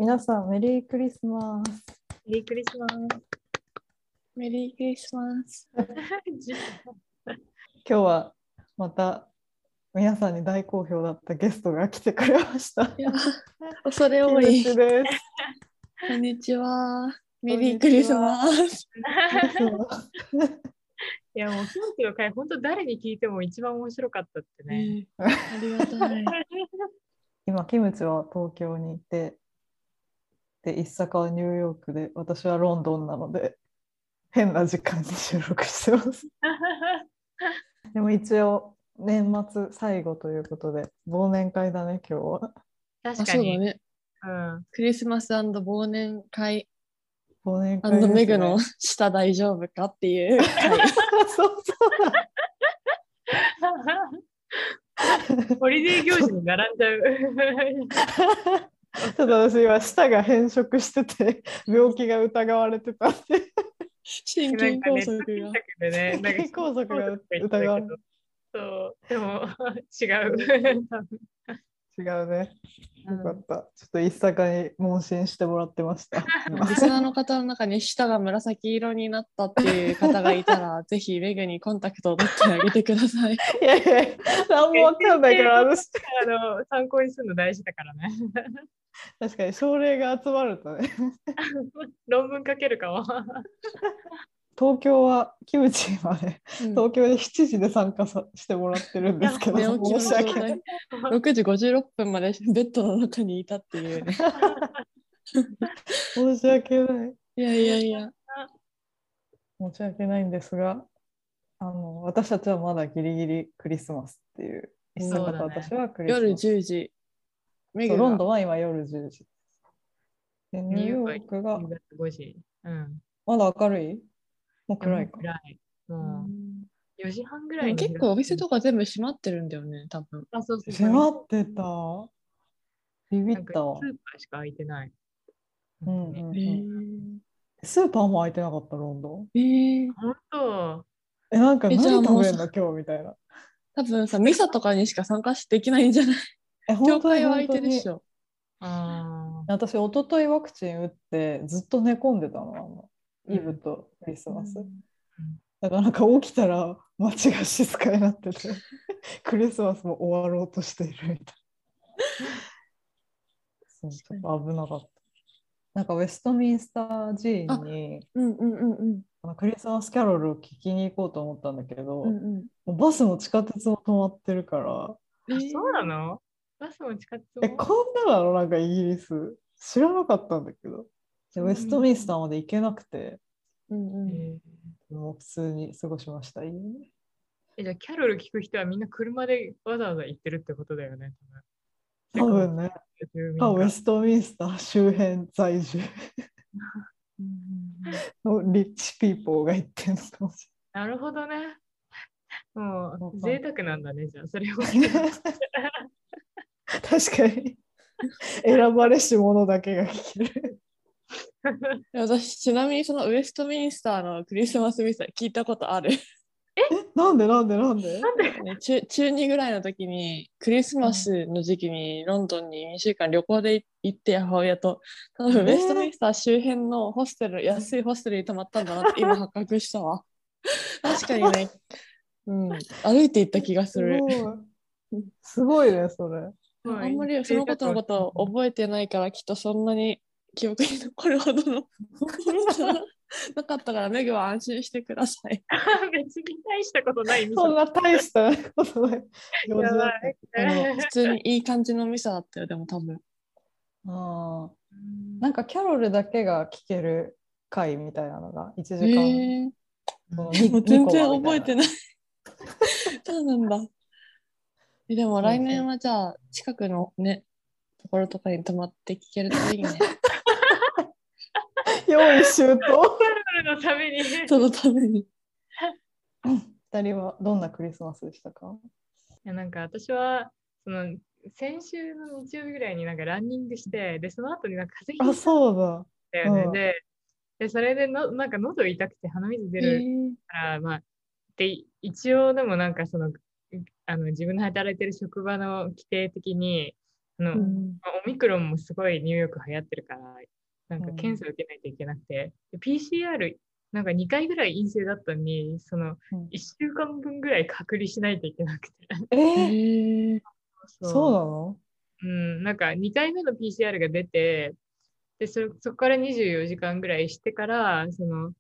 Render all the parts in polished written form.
皆さんメリークリスマス。 メリークリスマス。 メリークリスマス。 今日はまた皆さんに大好評だったゲストが来てくれました。 いや、恐れ多い。 キムチです。 こんにちは。メリークリスマス。 いやもうキムチの回本当誰に聞いても一番面白かったってね。 ありがたい。 今キムチは東京にいて、で一坂はニューヨークで、私はロンドンなので変な時間に収録してます。でも一応年末最後ということで忘年会だね今日は。 確かに。 そうだね。 うん、 クリスマス忘年会忘年会ですね。 メグの舌大丈夫かっていう会。 そうだ。 ホリデー行事に並んじゃう。 ちょっと私は舌が変色してて病気が疑われてたんで心筋梗塞が。 心筋梗塞が疑われてた。 そうでも違う。 違うね。よかった。ちょっと一坂に問診してもらってました。 リスナーの方の中に舌が紫色になったっていう方がいたらぜひメグにコンタクトを取ってあげてください。 いやいや、何もわかんないから私参考にするの大事だからね。 確かに症例が集まるとね。 論文書けるかも。 東京はキムチまで、東京で7時で参加してもらってるんですけど、 申し訳ない。6時56分までベッドの中にいたっていうね。 申し訳ない。 いやいやいや。 申し訳ないんですが、私たちはまだギリギリクリスマスっていう。一坂と私はクリスマス。 夜10時。 ロンドンは今夜10時。でニューヨークが 5時。 まだ明るい？もう暗いか。 暗い。もう4時半ぐらいに。 結構お店とか全部閉まってるんだよね、多分。 あ、そうそう。 閉まってた。ビビったわ。 スーパーしか開いてない。 スーパーも開いてなかった、ロンドン。 本当？ なんか何食べるの今日みたいな。 多分さ、ミサとかにしか参加できないんじゃない？教会は開いてるっしょ。 私、一昨日ワクチン打ってずっと寝込んでたの、イブとクリスマス。だからなんか起きたら街が静かになっててクリスマスも終わろうとしているみたいな。そうちょっと危なかった。なんかウェストミンスター寺院にクリスマスキャロルを聞きに行こうと思ったんだけど、もうバスも地下鉄も止まってるから。 そうなの？バスも地下鉄も？ こんなのなんかイギリス知らなかったんだけど、ウェストミンスターまで行けなくて、もう普通に過ごしました。いいね。 じゃあキャロル聞く人はみんな車でわざわざ行ってるってことだよね。 多分ね。ウェストミンスター周辺在住のリッチピーポーが行ってるのかもしれない。なるほどね。もう贅沢なんだね、じゃあそれを確かに選ばれし者だけが聞ける。 私ちなみにそのウェストミンスターのクリスマスミサ聞いたことある。 なんで中2ぐらいの時にクリスマスの時期にロンドンに2週間旅行で行って母親と多分ウェストミンスター周辺のホステル、安いホステルに泊まったんだなって今発覚したわ。確かにね、歩いて行った気がする。 すごいねそれ。 あんまりそのことのことを覚えてないからきっとそんなに記憶に残るほどのなかったからメグは安心してください。 別に大したことない。 そんな大したことない。 普通にいい感じのミサだったよ、でも多分。 なんかキャロルだけが聴ける回みたいなのが1時間。 全然覚えてない。そうなんだ。でも来年はじゃあ近くのねところとかに泊まって聴けるといいね。 用意周到。 のために。 そのために。 2人はどんなクリスマスでしたか？ いやなんか私はその先週の日曜日ぐらいになんかランニングしてでその後になんか風邪ひいた。 そうだよね。でそれでなんか喉痛くて鼻水出るからで一応でもなんかその自分の働いてる職場の規定的にオミクロンもすごいニューヨーク流行ってるから、なんか検査受けないといけなくて、PCR なんか2回ぐらい陰性だったのに、その1週間分ぐらい隔離しないといけなくて。 そうなの？ なんか2回目の PCR が出て、でそこから24時間ぐらいしてから、その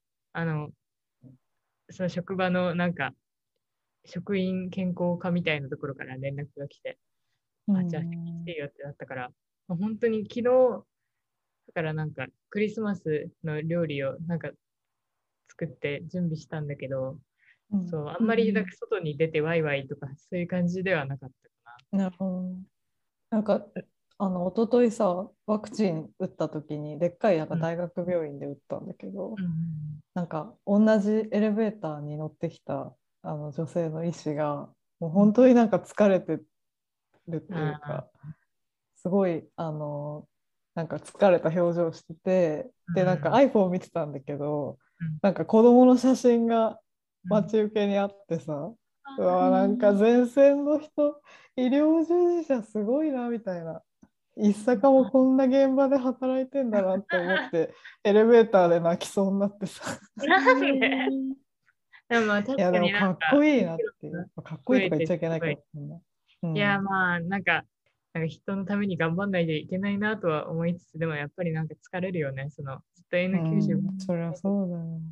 職場のなんか、職員健康課みたいなところから連絡が来て、じゃあ、来てよってなったから、本当に昨日、だからなんか、クリスマスの料理をなんか作って準備したんだけど、そう、あんまりなんか外に出てワイワイとか、そういう感じではなかったかな。なるほど。なんか、一昨日さ、ワクチン打った時に、でっかいなんか大学病院で打ったんだけど、なんか同じエレベーターに乗ってきた女性の医師が、もう本当になんか疲れてるっていうか、すごいなんか疲れた表情してて、でなんか iPhone 見てたんだけど、なんか子供の写真が待ち受けにあってさ、うわなんか前線の人、医療従事者すごいなみたいな、一坂もこんな現場で働いてんだなって思ってエレベーターで泣きそうになってさ。 なんででも確いやでもかになんかかっこいいなっていう。かっこいいとか言っちゃいけないから。 いやまあなんか人のために頑張んないといけないなとは思いつつ、でもやっぱりなんか疲れるよね。ずっと N90 も。 そりゃそうだよ。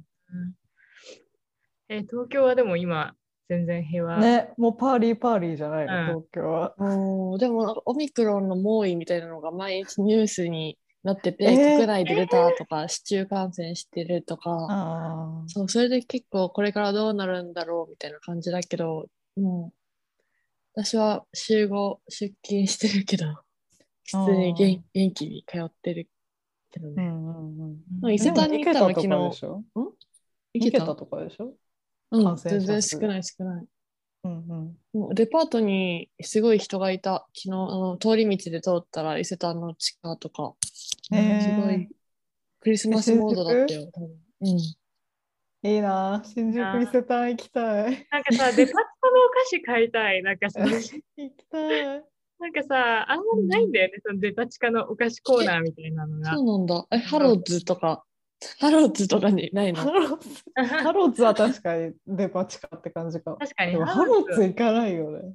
東京はでも今全然平和。 ね、もうパーリーじゃないの、東京は。 でもなんかオミクロンの猛威みたいなのが毎日ニュースになってて、国内で出たとか、市中感染してるとか、それで結構これからどうなるんだろうみたいな感じだけど、もう私は週5出勤してるけど、普通に元気に通ってるけどね。伊勢丹に行ったの昨日。 行けたとかでしょ？ 全然少ない。デパートにすごい人がいた。昨日通り道で通ったら伊勢丹の地下とか、すごいクリスマスモードだったよ。 いいな、新宿伊勢丹行きたい。 なんかさ、デパ地下のお菓子買いたい。なんかさ、 行きたい。 なんかさ、あんまりないんだよね、そのデパ地下のお菓子コーナーみたいなのが。 そうなんだ。ハロッズとかにないの？ ハロッズは確かにデパ地下って感じか。 確かに。 でもハロッズ行かないよね。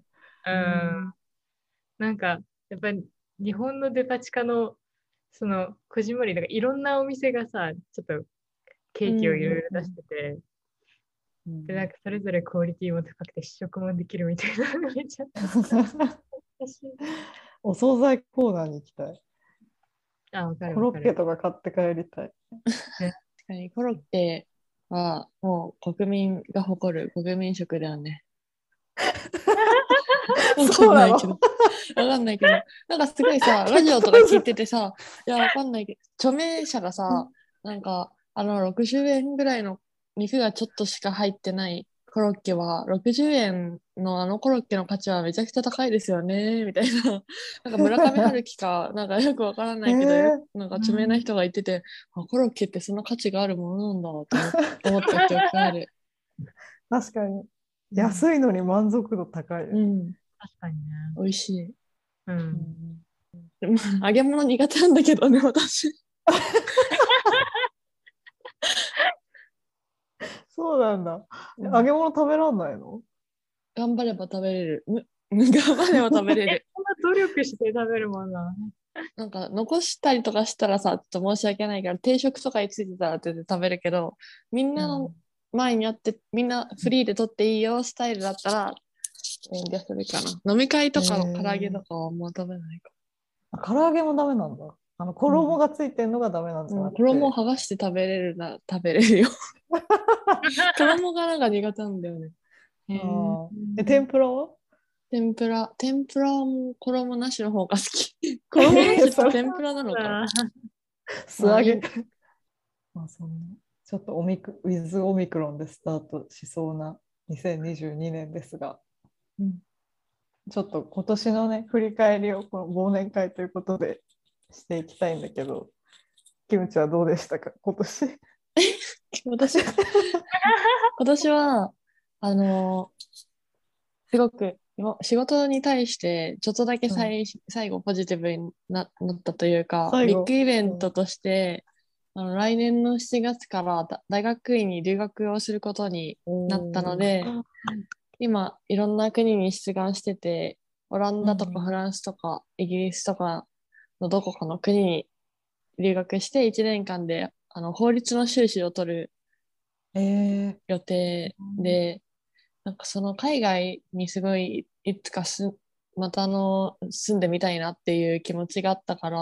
なんか、やっぱり日本のデパ地下のそのこじんまり、なんかいろんなお店がさ、ちょっとケーキをいろいろ出してて、で、なんかそれぞれクオリティも高くて試食もできるみたいなのがめっちゃお惣菜コーナーに行きたい。 わかる。 コロッケとか買って帰りたい。 確かにコロッケはもう国民が誇る国民食だよね。わかんないけど、なんかすごいさ、ラジオとか聞いててさ、いや、わかんないけど、著名者がさ、なんか、60円ぐらいの肉がちょっとしか入ってないコロッケは、60円のコロッケの価値はめちゃくちゃ高いですよね、みたいな。なんか村上春樹か、なんかよくわからないけど、なんか著名な人が言ってて、コロッケってそんな価値があるものなんだと思った記憶がある。 確かに。安いのに満足度高い。 確かにね。 美味しい。でも揚げ物苦手なんだけどね、私。 そうなんだ。揚げ物食べらんないの？ 頑張れば食べれる。頑張れば食べれる。 そんな努力して食べるもんな。 なんか残したりとかしたらさ、ちょっと申し訳ないから、定食とかについてたら全然食べるけど、みんなの前にあって、みんなフリーで取っていいよスタイルだったら、遠慮するかな。飲み会とかの唐揚げとかはもう食べないか。 唐揚げもダメなんだ。衣がついてるのがダメなんじゃなくて、 衣を剥がして食べれるな、食べれるよ。衣がなんか苦手なんだよね。 天ぷらは？ 天ぷらも衣なしの方が好き。衣なしって天ぷらなのか。 素揚げ。まあそんなちょっとウィズオミクロンでスタートしそうな2022年ですが、ちょっと今年のね振り返りをこの忘年会ということでしていきたいんだけど、キムチはどうでしたか今年？ 今年はすごく仕事に対してちょっとだけうん最後ポジティブになったというか、 最後ビッグイベントとして、来年の7月から大学院に留学をすることになったので、今いろんな国に出願してて、オランダとかフランスとかイギリスとかのどこかの国に留学して1年間で法律の修士を取るえ予定で、なんかその海外にすごいいつかまた住んでみたいなっていう気持ちがあったから、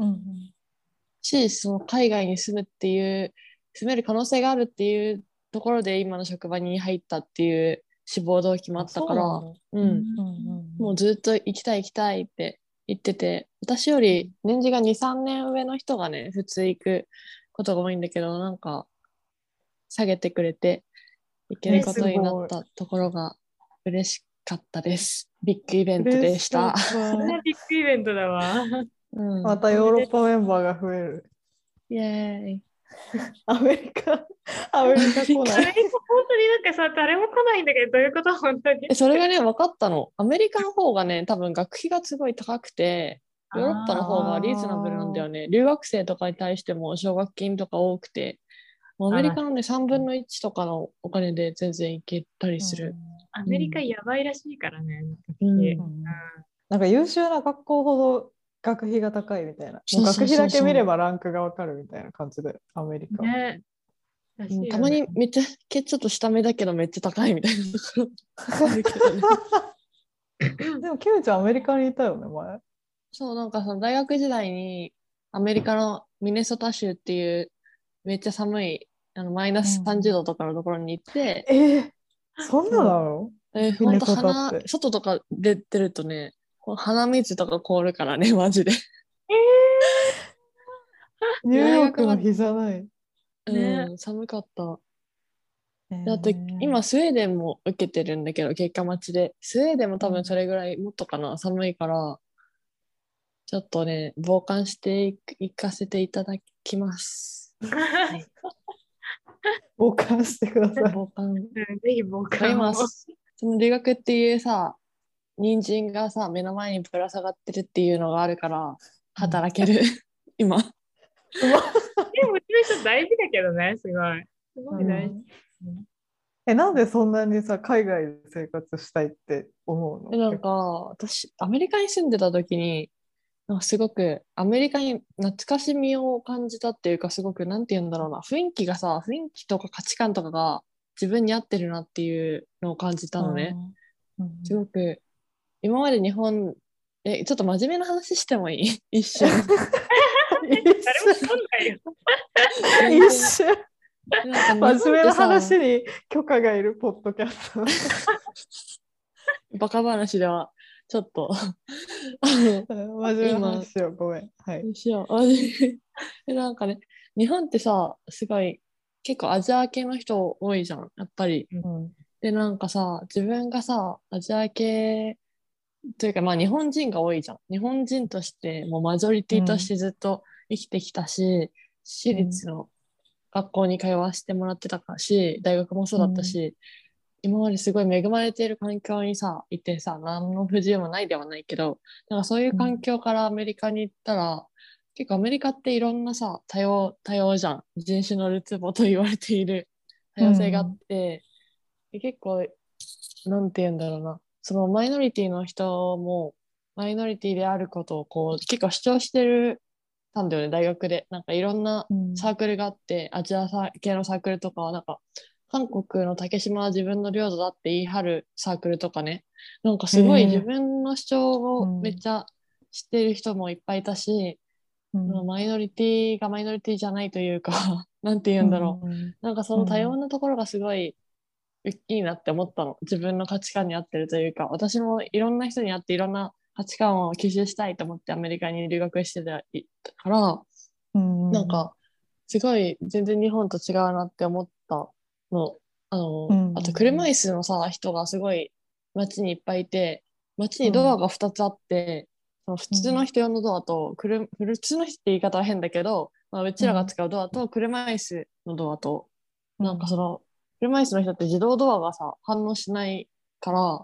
その海外に住める可能性があるっていうところで今の職場に入ったっていう志望動機もあったから、もうずっと行きたいって言ってて、私より年次が2、3年上の人がね、普通行くことが多いんだけど、なんか下げてくれて行けることになったところが嬉しかったです。ビッグイベントでした。 それはビッグイベントだわ。 またヨーロッパメンバーが増える。 イエーイ。 アメリカ来ない。 アメリカ本当になんかさ、誰も来ないんだけど、どういうこと本当に。 それがね、分かったの。アメリカの方がね、多分学費がすごい高くて、ヨーロッパの方がリーズナブルなんだよね。留学生とかに対しても奨学金とか多くて、アメリカのね、3分の1とかのお金で全然行けたりする。 アメリカやばいらしいからね。 なんか優秀な学校ほど学費が高いみたいな。もう学費だけ見ればランクがわかるみたいな感じで、アメリカ。 ね、 たまにめっちゃちょっと下目だけどめっちゃ高いみたいなところあるけどね。 でもキムちゃんアメリカにいたよね、前。 そう、なんかその大学時代にアメリカのミネソタ州っていうめっちゃ寒いマイナス30度とかのところに行って、 そんなの？ ほんと外とか出てるとね、鼻水とか凍るからね、マジで。 ニューヨークの日じゃない。 寒かった。あと今スウェーデンも受けてるんだけど、結果待ちで。スウェーデンも多分それぐらいもっとかな、寒いから、ちょっとね、傍観していかせていただきます。はい、 傍観してください。 ぜひ傍観を。 その留学っていうさ、人参がさ、目の前にぶら下がってるっていうのがあるから、働ける、今。でも、うちの人大事だけどね、すごい大事。 なんでそんなにさ、海外で生活したいって思うの？ なんか、私、アメリカに住んでた時に、すごくアメリカに懐かしみを感じたっていうか、すごくなんて言うんだろうな、雰囲気とか価値観とかが自分に合ってるなっていうのを感じたのね。すごく今まで日本ちょっと真面目な話してもいい？一瞬。 誰も来ないよ。 一瞬。真面目な話に許可がいるポッドキャスト。 バカ話ではちょっと真面目な話しよう、ごめん。はい。 しよう。なんかね、日本ってさ、すごい結構アジア系の人多いじゃん、やっぱり。で、なんかさ、自分がさ、アジア系というか、まあ日本人が多いじゃん。日本人としてもうマジョリティとしてずっと生きてきたし、私立の学校に通わせてもらってたし、大学もそうだったし、今まですごい恵まれている環境にさ、いてさ、何の不自由もないではないけど、なんかそういう環境からアメリカに行ったら、結構アメリカっていろんなさ、多様じゃん。人種のるつぼと言われている多様性があって、結構、なんて言うんだろうな。そのマイノリティの人も、マイノリティであることを結構主張してるたんだよね、大学で。なんかいろんなサークルがあって、アジア系のサークルとかは、なんか、韓国の竹島は自分の領土だって言い張るサークルとかね。なんかすごい自分の主張をめっちゃ知ってる人もいっぱいいたし、マイノリティがマイノリティじゃないというか、なんて言うんだろう。なんかその多様なところがすごい、いいなって思ったの。自分の価値観に合ってるというか、私もいろんな人に会っていろんな価値観を吸収したいと思ってアメリカに留学してたから、なんかすごい全然日本と違うなって思ったの。あと車椅子のさ、人がすごい街にいっぱいいて、街にドアが2つあって、その普通の人用のドアと、普通の人って言い方は変だけど、うちらが使うドアと車椅子のドアと、なんかその車椅子の人って自動ドアがさ、反応しないから、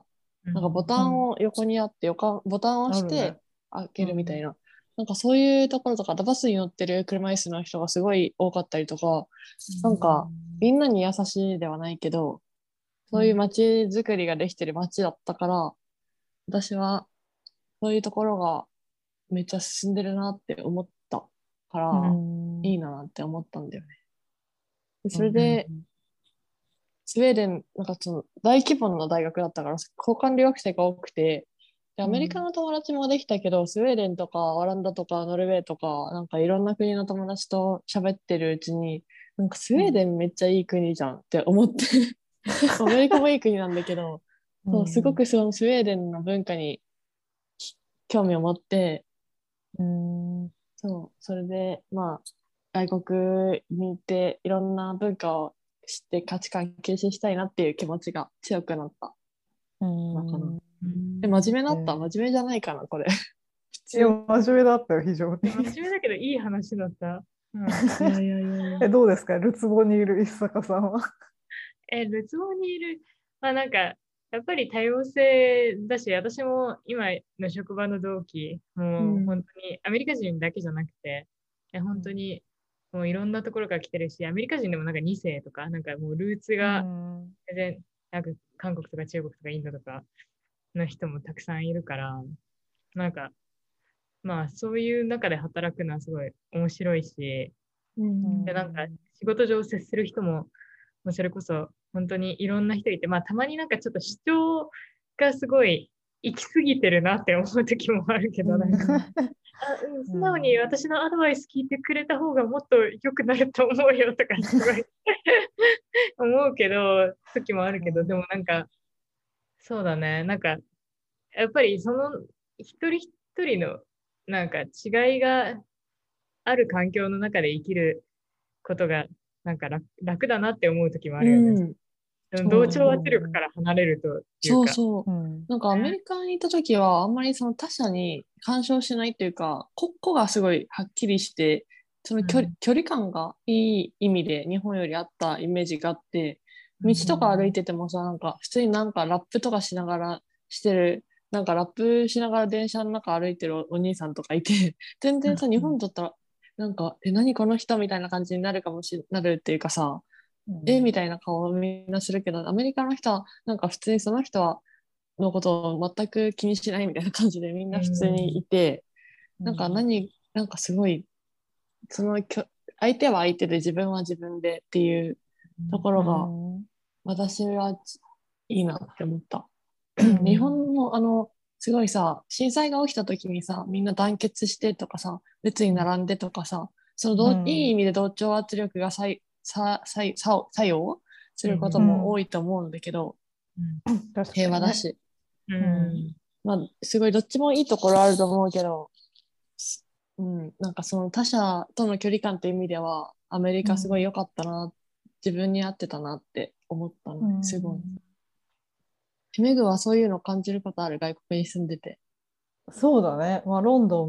なんかボタンを横にあってボタンを押しあるね。 て開けるみたいな、なんかそういうところとか、バスに乗ってる車椅子の人がすごい多かったりとか、なんかみんなに優しいではないけど、そういう街づくりができてる街だったから、私はそういうところがめっちゃ進んでるなって思ったかうら、 んいいなって思ったんだよね。でそれうんで、スウェーデン、なんかその大規模な大学だったから、交換留学生が多くて、で、アメリカの友達もできたけど、スウェーデンとかオランダとかノルウェーとか、なんかいろんな国の友達と喋ってるうちに、なんかスウェーデンめっちゃいい国じゃんって思ってアメリカもいい国なんだけど、そう、すごくそのスウェーデンの文化に興味を持って、 うんそう、それで、まあ、外国に行っていろんな文化を知って価値観吸収したいなっていう気持ちが強くなったのかな。で、真面目だった。真面目じゃないかな、これ。普いや、 通。 真面目だったよ、非常に。 真面目だけどいい話だった。 いやいやいやいや。 どうですか、ルツボにいる石坂さんは。 ルツボにいる、まあなんか、やっぱり多様性だし、私も今の職場の同期、もう本当にアメリカ人だけじゃなくて、本当にもういろんなところから来てるし、アメリカ人でもなんか2世とか、なんかもうルーツが全然、なんか韓国とか中国とかインドとかの人もたくさんいるから、なんか、まあそういう中で働くのはすごい面白いし、で、なんか仕事上接する人も、もうそれこそ本当にいろんな人いて、まあたまになんかちょっと主張がすごい行き過ぎてるなって思う時もあるけど、なんか、素直に私のアドバイス聞いてくれた方がもっと良くなると思うよとかすごい思うけど、時もあるけど、でもなんか、そうだね、なんか、やっぱりその一人一人のなんか違いがある環境の中で生きることがなんか楽だなって思う時もあるよね。 うん。 同調圧そう力から離れるというか。 そうそう。なんかアメリカにいた時はあんまりその他者に干渉しないっていうか、個々がすごいはっきりして、その距離感がいい意味で日本よりあったイメージがあって、道とか歩いててもさ、なんか普通になんかラップとかしながらしてる、なんかラップしながら電車の中歩いてるお兄さんとかいて、全然さ、日本だったら、なんか、何この人みたいな感じになるなるっていうかさ、みたいな顔をみんなするけど、アメリカの人は、なんか普通にその人は、のことを全く気にしないみたいな感じでみんな普通にいて、なんかすごい、その相手は相手で自分は自分でっていうところが、私はいいなって思った。日本のすごいさ、震災が起きた時にさ、みんな団結してとかさ、列に並んでとかさ、そのいい意味で同調圧力が作用することも多いと思うんだけど、平和だし。まあ、すごいどっちもいいところあると思うけど、なんかその他者との距離感っていう意味では、アメリカすごい良かったな、自分に合ってたなって思ったの、すごい。メグはそういうの感じることある、外国に住んでて。 そうだね。まあ、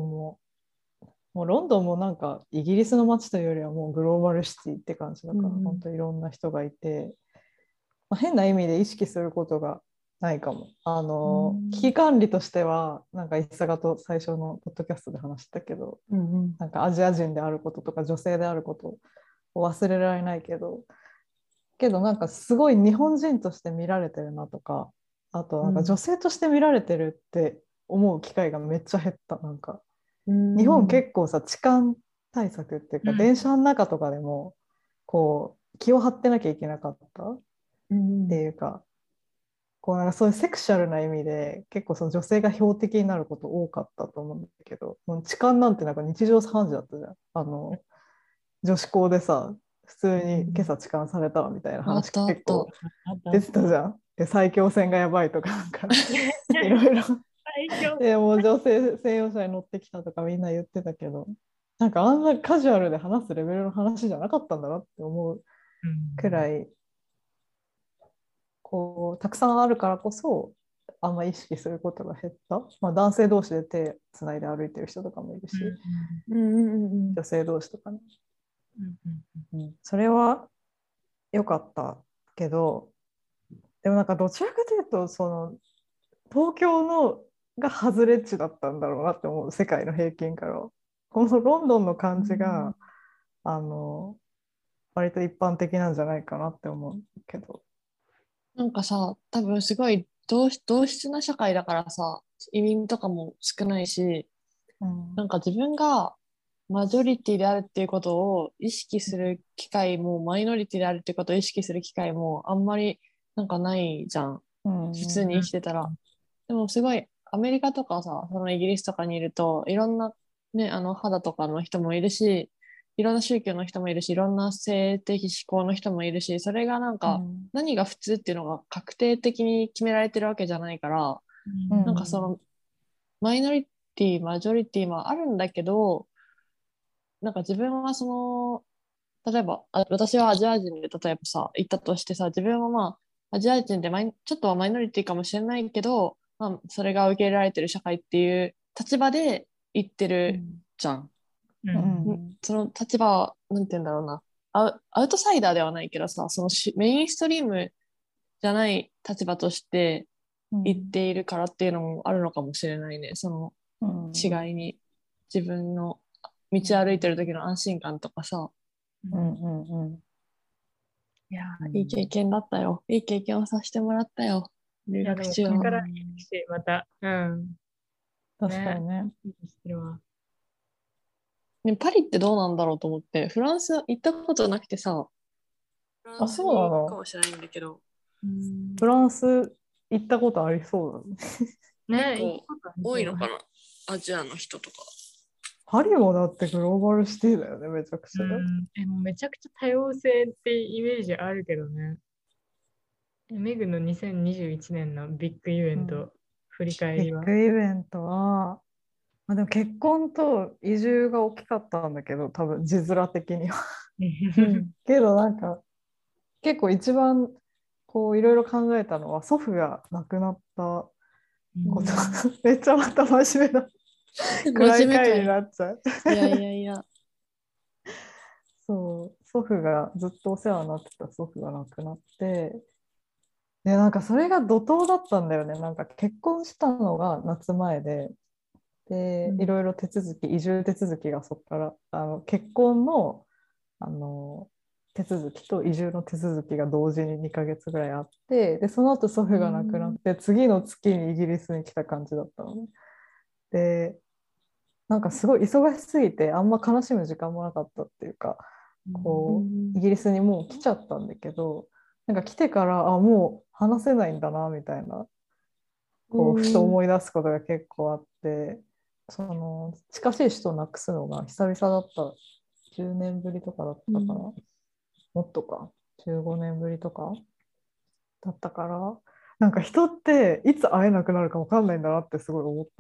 ロンドンもなんかイギリスの街というよりはもうグローバルシティって感じだから、本当にいろんな人がいて、まあ、変な意味で意識することがないかも。危機管理としては、なんか一坂と最初のポッドキャストで話したけど、なんかアジア人であることとか女性であることを忘れられないけどなんかすごい日本人として見られてるなとか、あとなんか女性として見られてるって思う機会がめっちゃ減った。なんか日本結構さ、痴漢対策っていうか、電車の中とかでもこう気を張ってなきゃいけなかったっていうか、こうなんかそういうセクシャルな意味で結構その女性が標的になること多かったと思うんだけど、もう痴漢なんてなんか日常茶飯事だったじゃん。女子校でさ、普通に今朝痴漢されたわみたいな話結構出てたじゃん。で、埼京線がやばいとかなんかいろいろでもう女性専用車に乗ってきたとかみんな言ってたけど、なんかあんなカジュアルで話すレベルの話じゃなかったんだなって思うくらい、こうたくさんあるからこそあんま意識することが減った。まあ、男性同士で手つないで歩いてる人とかもいるし、女性同士とかね。それは良かったけど、でもなんかどちらかというと東京のが外れ値だったんだろうなって思う、世界の平均からは。このロンドンの感じが、あの割と一般的なんじゃないかなって思うけど。 なんかさ、多分すごい同質な社会だからさ、移民とかも少ないし、なんか自分がマジョリティであるっていうことを意識する機会も、マイノリティであるっていうことを意識する機会もあんまりなんかないじゃん。 うん普通に生きてたら。でもすごいアメリカとかさ、そのイギリスとかにいると、いろんなね、肌とかの人もいるし、いろんな宗教の人もいるし、いろんな性的指向の人もいるし、それがなんか何が普通っていうのが確定的に決められてるわけじゃないから、なんかそのマイノリティ、マジョリティもあるんだけど、なんか自分はその、例えば私はアジア人で例えばさ、行ったとしてさ、自分はまあ、アジア人でちょっとはマイノリティかもしれないけど、まあ、それが受け入れられてる社会っていう立場で行ってるじゃん。その立場は、なんて言うんだろうな、アウトサイダーではないけどさ、そのメインストリームじゃない立場として行っているからっていうのもあるのかもしれないね。その違いに。自分の道歩いてる時の安心感とかさ。いや、いい経験だったよ。いい経験をさせてもらったよ。留学中は。 これからいいし、また、 確かにね。 ね、パリってどうなんだろうと思って、フランス行ったことなくてさ、フランスに行くかもしれないんだけど。 フランス行ったことありそうだね。結構多いのかな、アジアの人とか。 パリもだってグローバルシティだよね、めちゃくちゃ。 めちゃくちゃ多様性ってイメージあるけどね。メグの2021年のビッグイベント、振り返りは。 ビッグイベントは、でも結婚と移住が大きかったんだけど、多分字面的には。けどなんか、結構一番こういろいろ考えたのは祖父が亡くなったこと、めっちゃまた真面目な暗い回になっちゃう。 いやいやいや。 そう、祖父がずっとお世話になってた祖父が亡くなって、でなんかそれが怒涛だったんだよね。なんか結婚したのが夏前で、いろいろ手続き、移住手続きがそこから結婚の、手続きと移住の手続きが同時に2ヶ月ぐらいあって、でその後祖父が亡くなって、次の月にイギリスに来た感じだったのね。でなんかすごい忙しすぎてあんま悲しむ時間もなかったっていうか、こうイギリスにもう来ちゃったんだけど、なんか来てからもう話せないんだなみたいな、こうふと思い出すことが結構あって、その近しい人を亡くすのが久々だった。10年ぶりとかだったかな、もっとか15年ぶりとかだったから、なんか人っていつ会えなくなるか分かんないんだなってすごい思った。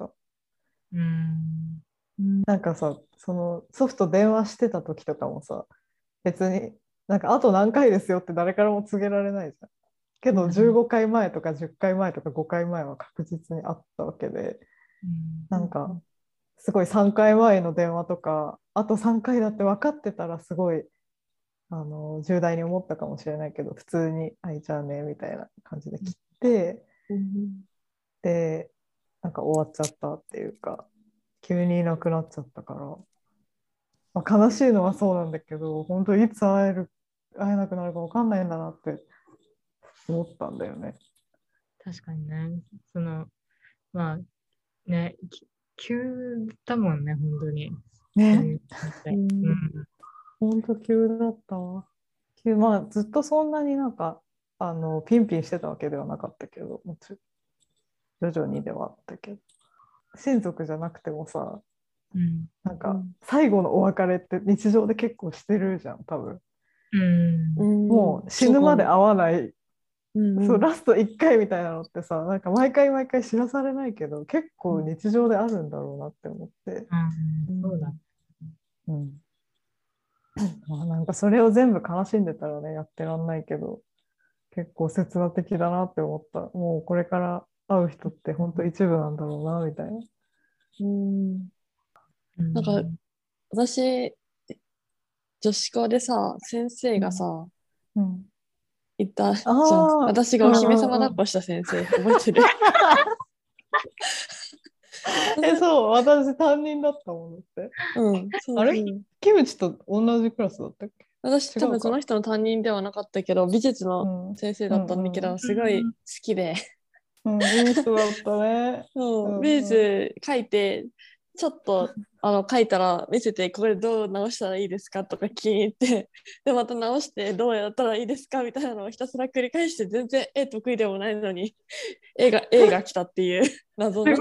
なんかさ、そのソフト電話してた時とかもさ、別になんかあと何回ですよって誰からも告げられないじゃん。けど15回前とか10回前とか5回前は確実にあったわけで、なんかすごい3回前の電話とかあと3回だって分かってたらすごい重大に思ったかもしれないけど、普通に「じゃあね」みたいな感じで切って、でなんか終わっちゃったっていうか、急にいなくなっちゃったから、悲しいのはそうなんだけど、本当いつ会えなくなるか分かんないんだなって思ったんだよね。 確かにね。まあね、急だもんね、本当に。 ね。本当急だったわ。ずっとそんなになんかピンピンしてたわけではなかったけど、もちろん徐々にではあったけど、親族じゃなくてもさ、なんか最後のお別れって日常で結構してるじゃん、多分。もう死ぬまで会わない、そうラスト1回みたいなのってさ、なんか毎回毎回知らされないけど結構日常であるんだろうなって思って、 そうだ。 なんかそれを全部悲しんでたらね、やってらんないけど、結構切な的だなって思った。もうこれから会う人って本当一部なんだろうなみたいな。 なんか私女子校でさ、先生がさ、いたじゃん。私がお姫様抱っこした先生、覚えてる？ そう、私担任だったもんだって。 そうあれキムチと同じクラスだったっけ？ 私多分違うか。 その人の担任ではなかったけど、美術のうん。 先生だったんだけど、すごい好きで、 いい人だったね。 そう美術書いて、ちょっと書いたら見せて、これどう直したらいいですかとか聞いて、でまた直してどうやったらいいですかみたいなのをひたすら繰り返して、全然絵得意でもないのにA が来たっていう謎の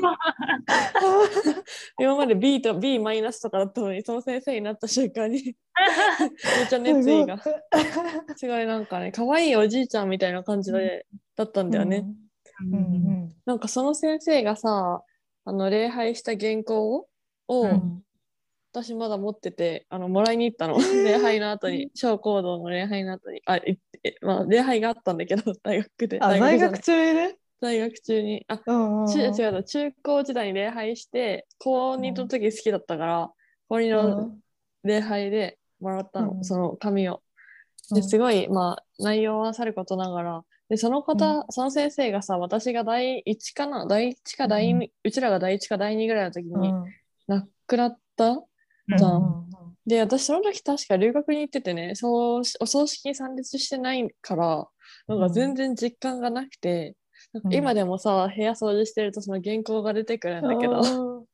今まで B と B マイナスとかだったのに、その先生になった瞬間にめっちゃ熱意がすごいなんかね、可愛いおじいちゃんみたいな感じで、だったんだよね。なんかその先生がさ、礼拝した原稿を、私まだ持ってて、もらいに行ったの。礼拝の後に、小講堂の礼拝の後に、まあ、礼拝があったんだけど、大学で。 在学中にね。 大学中に。違う、中高時代に礼拝して、高2の時好きだったから、高2の礼拝でもらったの、その紙を。ですごい、まあ、内容はさることながら、で、その先生がさ、私が第1かな、第1か第2、うちらが第1か第2ぐらいの時に亡くなったじゃん。で、私その時確か留学に行っててね、お葬式に参列してないから、なんか全然実感がなくて、今でもさ、部屋掃除してるとその原稿が出てくるんだけど、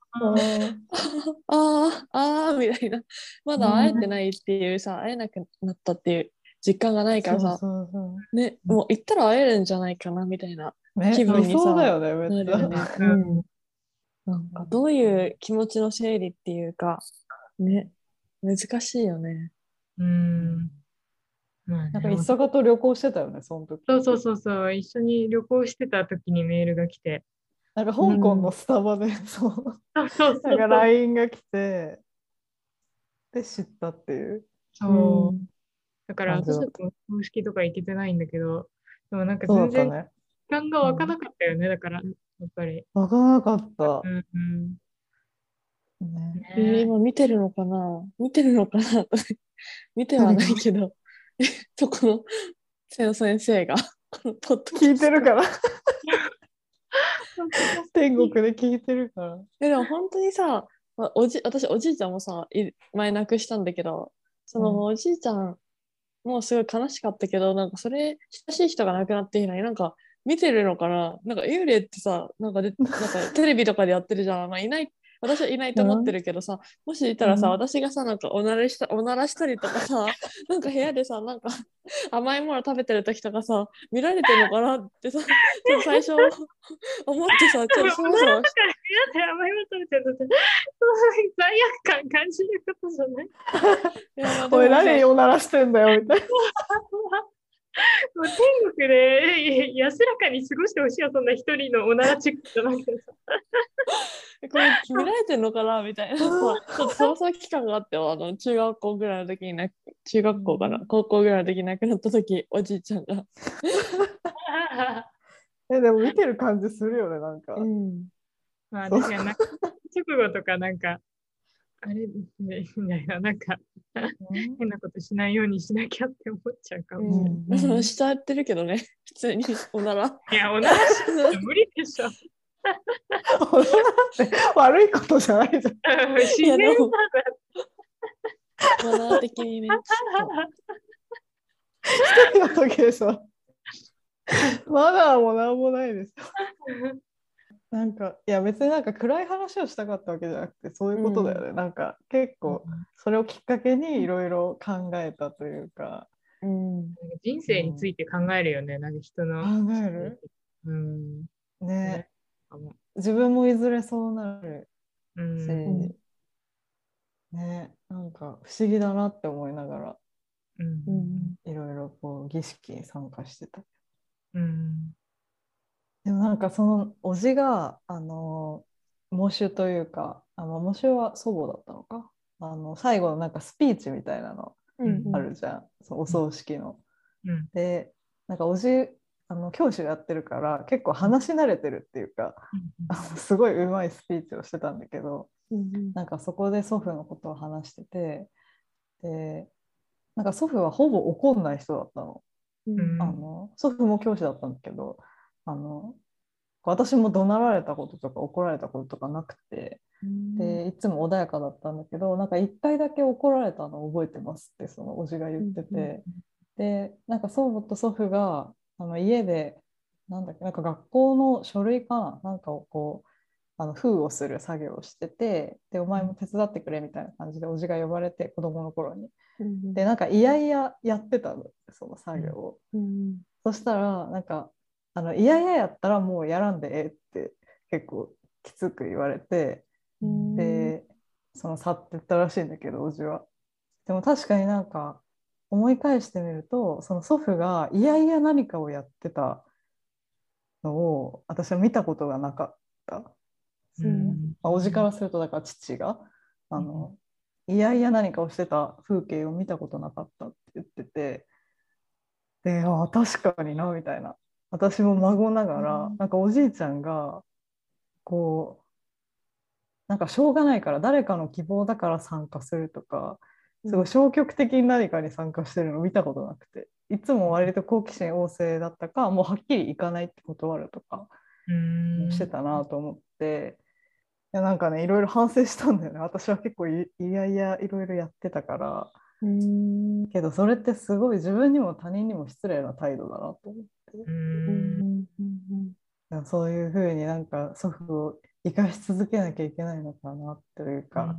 みたいな、まだ会えてないっていうさ、会えなくなったっていう実感がないからさ、ね、もう行ったら会えるんじゃないかなみたいな気分にさ、 なるよね。 なんかどういう気持ちの整理っていうか、ね、難しいよね。 なんか一坂と旅行してたよね、その時。 そう、一緒に旅行してた時にメールが来て。 なんか香港のスタバで、なんか LINE が来て、で知ったっていう。 そう。だから私たちも葬式とか行けてないんだけど、でもなんか全然時間が湧かなかったよね、だからやっぱり。 湧かなかった。 今見てるのかな見てはないけど、そこの先生が聞いてるから天国で聞いてるから。 でも本当にさ、私おじいちゃんもさ、前亡くしたんだけど、そのおじいちゃんもうすごい悲しかったけど、なんかそれ親しい人が亡くなって以来、なんか見てるのかな、なんか幽霊ってさ、なんかテレビとかでやってるじゃん。まあ、私はいないと思ってるけどさ、もしいたらさ、私がさ、なんかおならしたりとかさ、なんか部屋でさ、なんか甘いもの食べてる時とかさ、見られてるのかなってさ、ちょっと最初思ってさ、ちょっとそもそも。 部屋で甘いもの食べてると罪悪感感じることじゃないおい、何おならしてんだよみたいな。 もう天国で安らかに過ごしてほしいよ、そんな一人のおならチェックじゃなくてさ。 これ見られてんのかなみたいなさ、ちょっと想像期間があって中学校ぐらいの時に中学校かな、高校ぐらいの時に亡くなった時、おじいちゃんが。 でも見てる感じするよね、なんか。 まあ確かに直後とかなんか、あれみたいな、なんか変なことしないようにしなきゃって思っちゃうかもしれない。 しちゃってるけどね、普通におなら。 いや、おならして無理でしょ。 おならって悪いことじゃないじゃん。 自然だマナー的にね。 一人の時でしょ。マナーもなんもないですよ。なんかいや別になんか暗い話をしたかったわけじゃなくてそういうことだよね。なんか結構それをきっかけにいろいろ考えたというか、 人生について考えるよね、なんか人の。 考えるね。自分もいずれそうなるし、ね、なんか不思議だなって思いながらいろいろこう儀式に参加してた。でもなんかそのおじが喪主というか喪主は祖母だったのか、最後のなんかスピーチみたいなのあるじゃん、お葬式の。でなんかおじ教師をやってるから結構話し慣れてるっていうか、すごいうまいスピーチをしてたんだけど、なんかそこで祖父のことを話してて、でなんか祖父はほぼ怒んない人だったの。祖父も教師だったんだけど私も怒鳴られたこととか怒られたこととかなくて、でいつも穏やかだったんだけど、なんか1回だけ怒られたのを覚えてますってそのおじが言ってて、でなんか祖母と祖父が家でなんだっけ、なんか学校の書類かな、なんかをこう封をする作業をしてて、でお前も手伝ってくれみたいな感じでおじが呼ばれて、子供の頃に。でなんかいやいややってたの、その作業を。そしたらなんかいやいややったらもうやらんでええって結構きつく言われて、でその去ってったらしいんだけど、おじは。でも確かになんか思い返してみると、その祖父がいやいや何かをやってたのを私は見たことがなかった。おじからするとだから父がいやいや何かをしてた風景を見たことなかったって言ってて、で確かになみたいな。私も孫ながら、なんかおじいちゃんがこうなんかしょうがないから誰かの希望だから参加するとか、すごい消極的に何かに参加してるのを見たことなくて、いつも割と好奇心旺盛だったか、もうはっきり行かないって断るとかしてたなと思って、いやなんかね、いろいろ反省したんだよね。私は結構いやいやいろいろやってたから。けどそれってすごい自分にも他人にも失礼な態度だなと思って、そういうふうになんか祖父を生かし続けなきゃいけないのかなというか、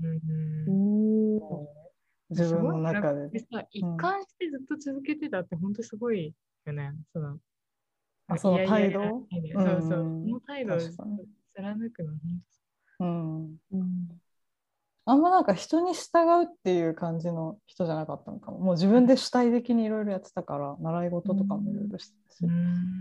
自分の中で。 一貫してずっと続けてたって本当すごいよね。その態度、 そうそう、その態度を貫くの。 あんまなんか人に従うっていう感じの人じゃなかったのかも。もう自分で主体的にいろいろやってたから、習い事とかもいろいろしてたし。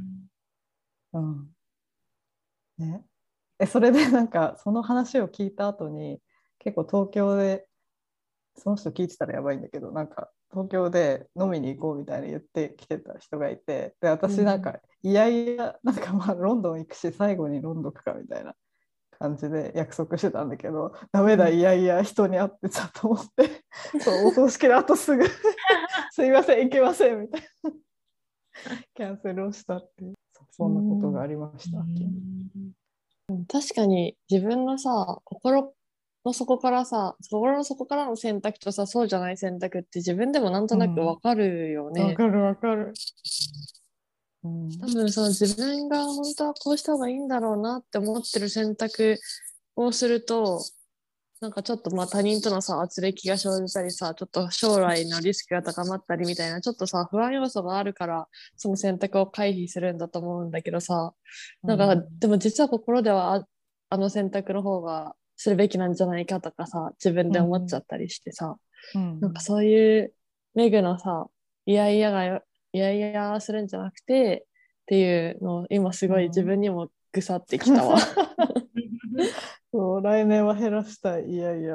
ね。それでなんかその話を聞いた後に結構東京で、その人聞いてたらやばいんだけど、なんか東京で飲みに行こうみたいに言ってきてた人がいて、で私なんかいやいやなんかまあロンドン行くし最後にロンドン行くかみたいな感じで約束してたんだけど、ダメだ、いやいや人に会ってちゃと思ってそうお葬式の後すぐすいません行けませんみたいなキャンセルをしたっていう、そんなことがありました。 確かに自分のさ、心の底からの選択とさ、そうじゃない選択って自分でもなんとなくわかるよね。 わかるわかる。 多分その自分が本当はこうした方がいいんだろうなって思ってる選択をすると、なんかちょっとまあ他人とのさ、圧力が生じたりさ、ちょっと将来のリスクが高まったりみたいな、ちょっとさ、不安要素があるから、その選択を回避するんだと思うんだけどさ、なんか、でも実は心ではあの選択の方がするべきなんじゃないかとかさ、自分で思っちゃったりしてさ、なんかそういうメグのさ、いやいやするんじゃなくてっていうのを今すごい自分にもぐさってきたわ。 そう来年は減らしたい、いやいや。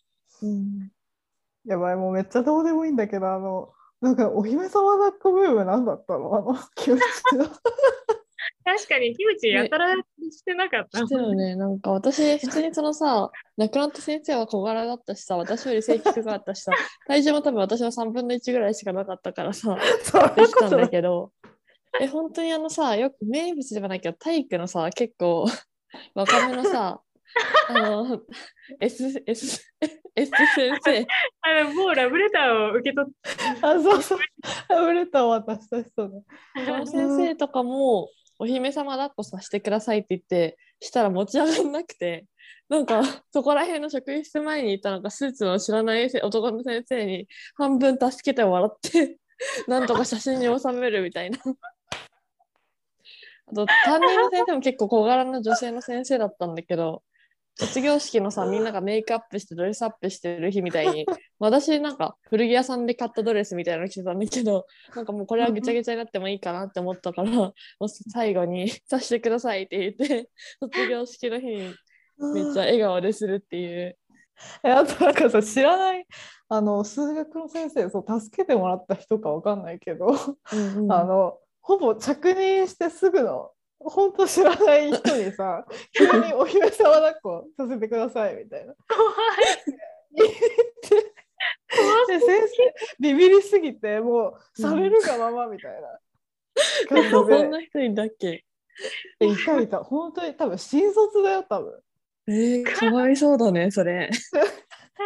やばい、もうめっちゃどうでもいいんだけど、なんかお姫様抱っこブームなんだったのキムチの。 確かにキムチやたらしてなかった。 してよね。なんか私、普通にそのさ、亡くなった先生は小柄だったしさ、私より背低かったしさ、体重も多分私は3分の1ぐらいしかなかったからさ、できたんだけど、本当によく名物ではないけど、体育のさ、結構若めのさ、S 先生。 もうラブレターを受け取って。 そう。ラブレターを渡した人だ。 その先生とかも、お姫様抱っこさせてくださいって言って、したら持ち上がんなくて、なんかそこら辺の職員室前にいたなんかスーツの知らない男の先生に半分助けて笑ってなんとか写真に収めるみたいな。あと担任の先生も結構小柄な女性の先生だったんだけど、卒業式のさ、みんながメイクアップしてドレスアップしてる日みたいに、私なんか古着屋さんで買ったドレスみたいなの着てたんだけど、なんかもうこれはぐちゃぐちゃになってもいいかなって思ったから、もう最後にさせてくださいって言って、卒業式の日にめっちゃ笑顔でするっていう。 あとなんかさ、知らない数学の先生、そう助けてもらった人かわかんないけど、ほぼ着任してすぐの本当知らない人にさ、急にお姫様抱っこさせてくださいみたいな。 怖い。 で先生ビビりすぎてもうされるがままみたいな感じで、 そんな人いたっけ？ いたいた、本当に多分新卒だよ、多分。 かわいそうだね、それ。 確か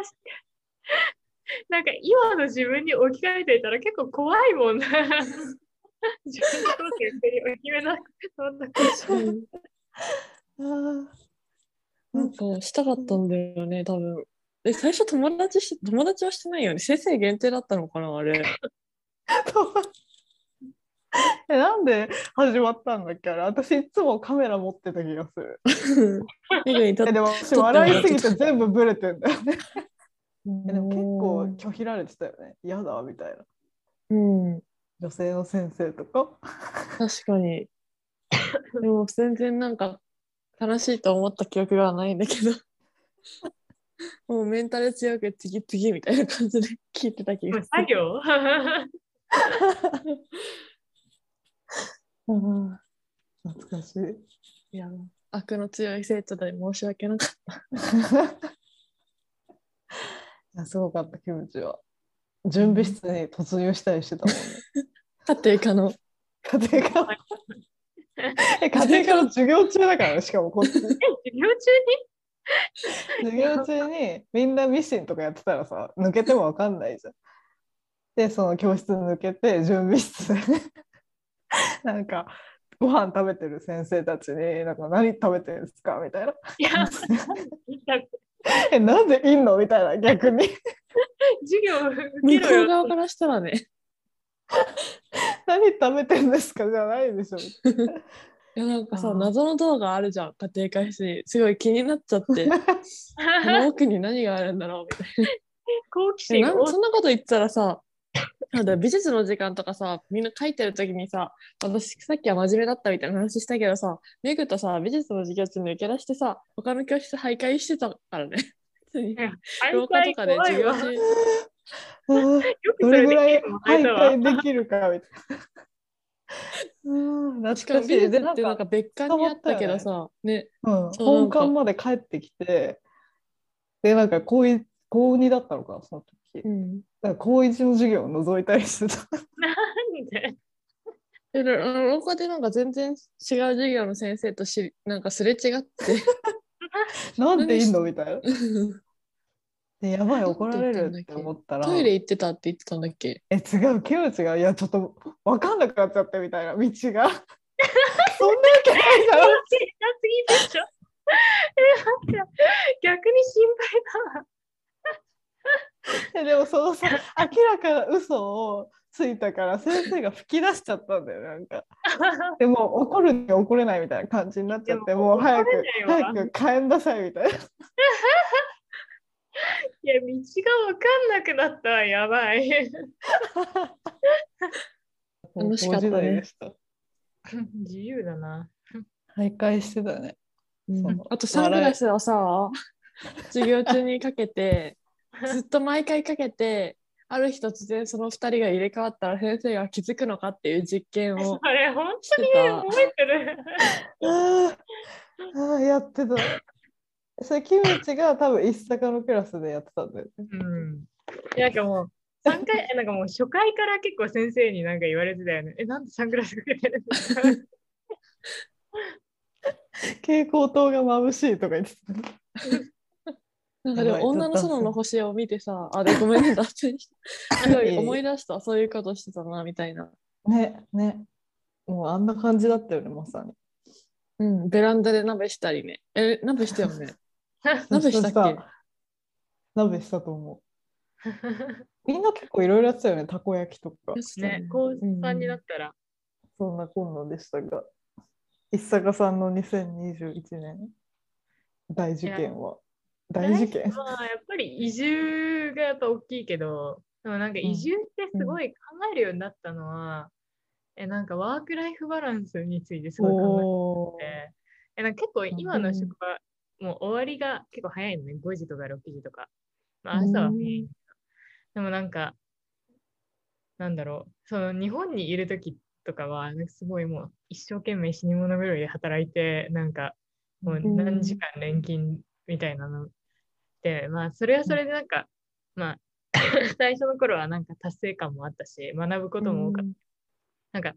なんか今の自分に置き換えていたら結構怖いもんな。自分のこと言ってるよ、決めなくて、そんなこと。 あーなんかしたかったんだよね、多分。最初友達はしてないよね。先生限定だったのかな、あれ。 なんで始まったんだっけあれ。私いつもカメラ持ってた気がする。でも私笑いすぎて全部ブレてんだよね。でも結構拒否られてたよね。嫌だみたいな。 うん。 女性の先生とか。 確かに。でも全然なんか悲しいと思った記憶がないんだけど。もうメンタル強く次々みたいな感じで聞いてた気がする。 作業懐かしい。 いや、悪の強い生徒で申し訳なかった。 いやすごかった、キムチは。準備室に突入したりしてたもんね。 家庭科の。 家庭科家庭科の授業中だからね、しかもこっち。 授業授業中にみんなミシンとかやってたらさ、抜けても分かんないじゃん。で、その教室抜けて準備室でなんかご飯食べてる先生たちになんか何食べてるんですかみたいな。なんでいんのみたいな、逆に。 授業受向こうけろよ。 側からしたらね。 何食べてんですかじゃないでしょ。 いやなんかさ、謎の動画あるじゃん、家庭科室に。すごい気になっちゃって、この奥に何があるんだろうみたい好奇心な。そんなこと言ったらさ、なんだ美術の時間とかさ、みんな書いてる時にさ、私さっきは真面目だったみたいな話したけどさ、メグとさ、美術の授業中に抜け出してさ、他の教室徘徊してたからね。廊下とかで授業中。 どれぐらい徘徊できるかみたいな。 しかも美術ってなんか別館にあったけどさ、ね。 本館まで帰ってきて、で、なんか高2だったのかな、その時。なんか高1の授業を覗いたりしてた。 なんで廊下でなんか全然違う授業の先生となんかすれ違ってなんでいんのみたいな。でやばい、怒られるって思ったら。 トイレ行ってたって言ってたんだっけ。 違う、キムチが、いや、ちょっと分かんなくなっちゃってみたいな、道が。そんなわけないだろ。 逆に心配だ。でもそのさ、明らかな嘘をついたから先生が吹き出しちゃったんだよ、なんか。でも怒るに怒れないみたいな感じになっちゃって、もう早く帰んなさいみたいな。 いや、道が分かんなくなった。やばい。 楽しかったね。 自由だな。 徘徊してたね。 あとサングラスをさ、授業中にかけて、ずっと毎回かけて、ある日突然その2人が入れ替わったら先生が気づくのかっていう実験をあれ、本当に覚えてる。 やってた。それキムチが多分一坂のクラスでやってたんだよね。 なんかもう3回なんかもう初回から結構先生になんか言われてたよね。なんでサングラスかけてるんですか蛍光灯が眩しいとか言ってた。 なんかでも女の園の星を見てさ、でごめんねだって思い出した、そういうことしてたなみたいな。 ね。もうあんな感じだったよね、まさに。 ベランダで鍋したりね。鍋したよね。鍋したっけ？ 鍋したと思う。みんな結構いろいろやってたよね、たこ焼きとか。 ね、高3になったら。 そんなこんなでしたが、一坂さんの2021年大事件は。大事件やっぱり移住がやっぱ大きいけど、でもなんか移住ってすごい考えるようになったのは、なんかワークライフバランスについてすごい考えてて、なんか結構今の職場、もう終わりが結構早いのね、5時とか6時とか。朝は早い。でもなんか、なんだろう、その日本にいる時とかは、すごいもう一生懸命死に物狂いで働いて、なんかもう何時間連勤みたいなので、それはそれでなんか、最初の頃はなんか達成感もあったし、学ぶことも多かった。なんか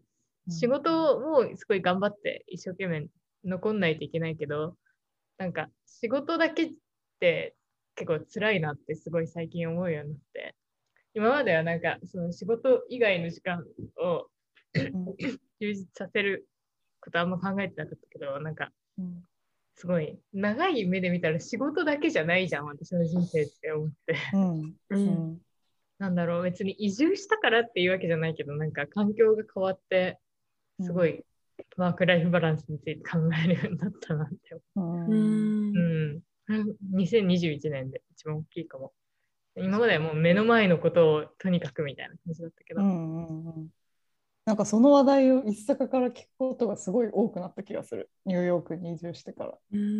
仕事もすごい頑張って一生懸命残んないといけないけど、なんか仕事だけって結構辛いなってすごい最近思うようになって、今まではなんかその仕事以外の時間を充実させることあんま考えてなかったけど、なんかすごい長い目で見たら仕事だけじゃないじゃん、私の人生って思って。なんだろう、別に移住したからっていうわけじゃないけど、なんか環境が変わって、すごいワークライフバランスについて考えるようになったなって思う。2021年で一番大きいかも。今まではもう目の前のことをとにかくみたいな感じだったけど。 なんかその話題を一坂から聞くことがすごい多くなった気がする。ニューヨークに移住してから。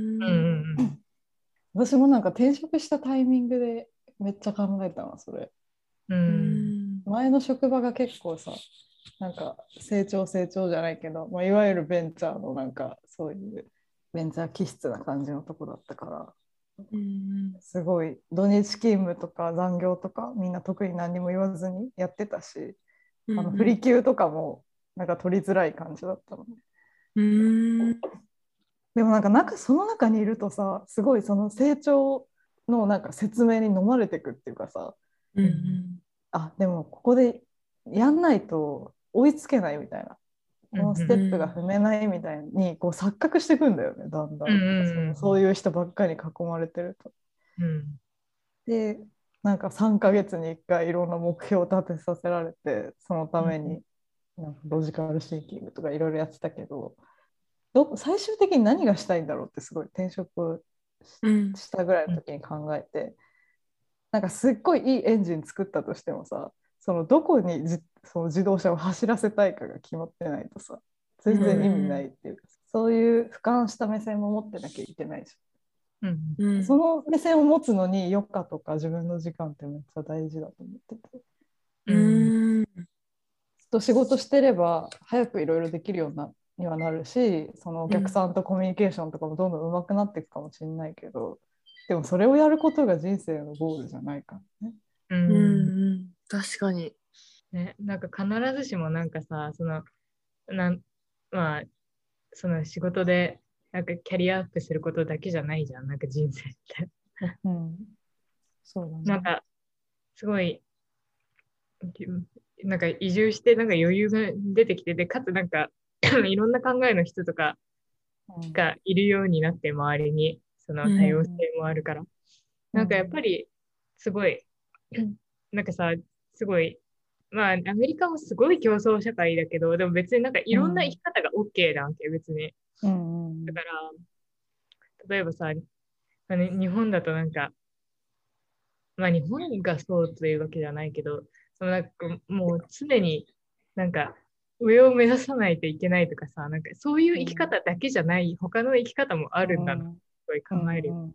私もなんか転職したタイミングでめっちゃ考えたな、それ。前の職場が結構さ、なんか成長じゃないけど、いわゆるベンチャーのなんかそういうベンチャー気質な感じのとこだったから、すごい土日勤務とか残業とかみんな特に何も言わずにやってたし、不利休とかもなんか取りづらい感じだったのね。でもなんかその中にいるとさ、すごいその成長のなんか説明に飲まれてくっていうかさ、あ、でもここでやんないと追いつけないみたいな、このステップが踏めないみたいにこう錯覚していくんだよね、だんだん。そういう人ばっかり囲まれてると。で、なんか3ヶ月に1回いろんな目標を立てさせられて、そのためになんかロジカルシンキングとかいろいろやってたけど、最終的に何がしたいんだろうってすごい転職したぐらいの時に考えて、なんかすっごいいいエンジン作ったとしてもさ、そのどこにその自動車を走らせたいかが決まってないとさ、全然意味ないっていうか、そういう俯瞰した目線も持ってなきゃいけないし、その目線を持つのに余暇とか自分の時間ってめっちゃ大事だと思ってて、ずっと仕事してれば早くいろいろできるようにはなるし、そのお客さんとコミュニケーションとかもどんどん上手くなっていくかもしれないけど、でもそれをやることが人生のゴールじゃないからね。 確かに。 ね、なんか必ずしもなんかさ、まあ、その仕事でなんかキャリアアップすることだけじゃないじゃん、なんか人生って。 そうだね。 なんかすごい、なんか移住してなんか余裕が出てきて、で、かつなんかいろんな考えの人とかがいるようになって、周りにその多様性もあるから。なんかやっぱりすごい、なんかさ、すごい、まあアメリカもすごい競争社会だけど、でも別になんかいろんな生き方が OK なわけ、別に。だから、例えばさ、日本だとなんか、まあ日本がそうというわけじゃないけど、そのなんかもう常になんか上を目指さないといけないとかさ、なんかそういう生き方だけじゃない他の生き方もあるんだな、すごい考えるよ。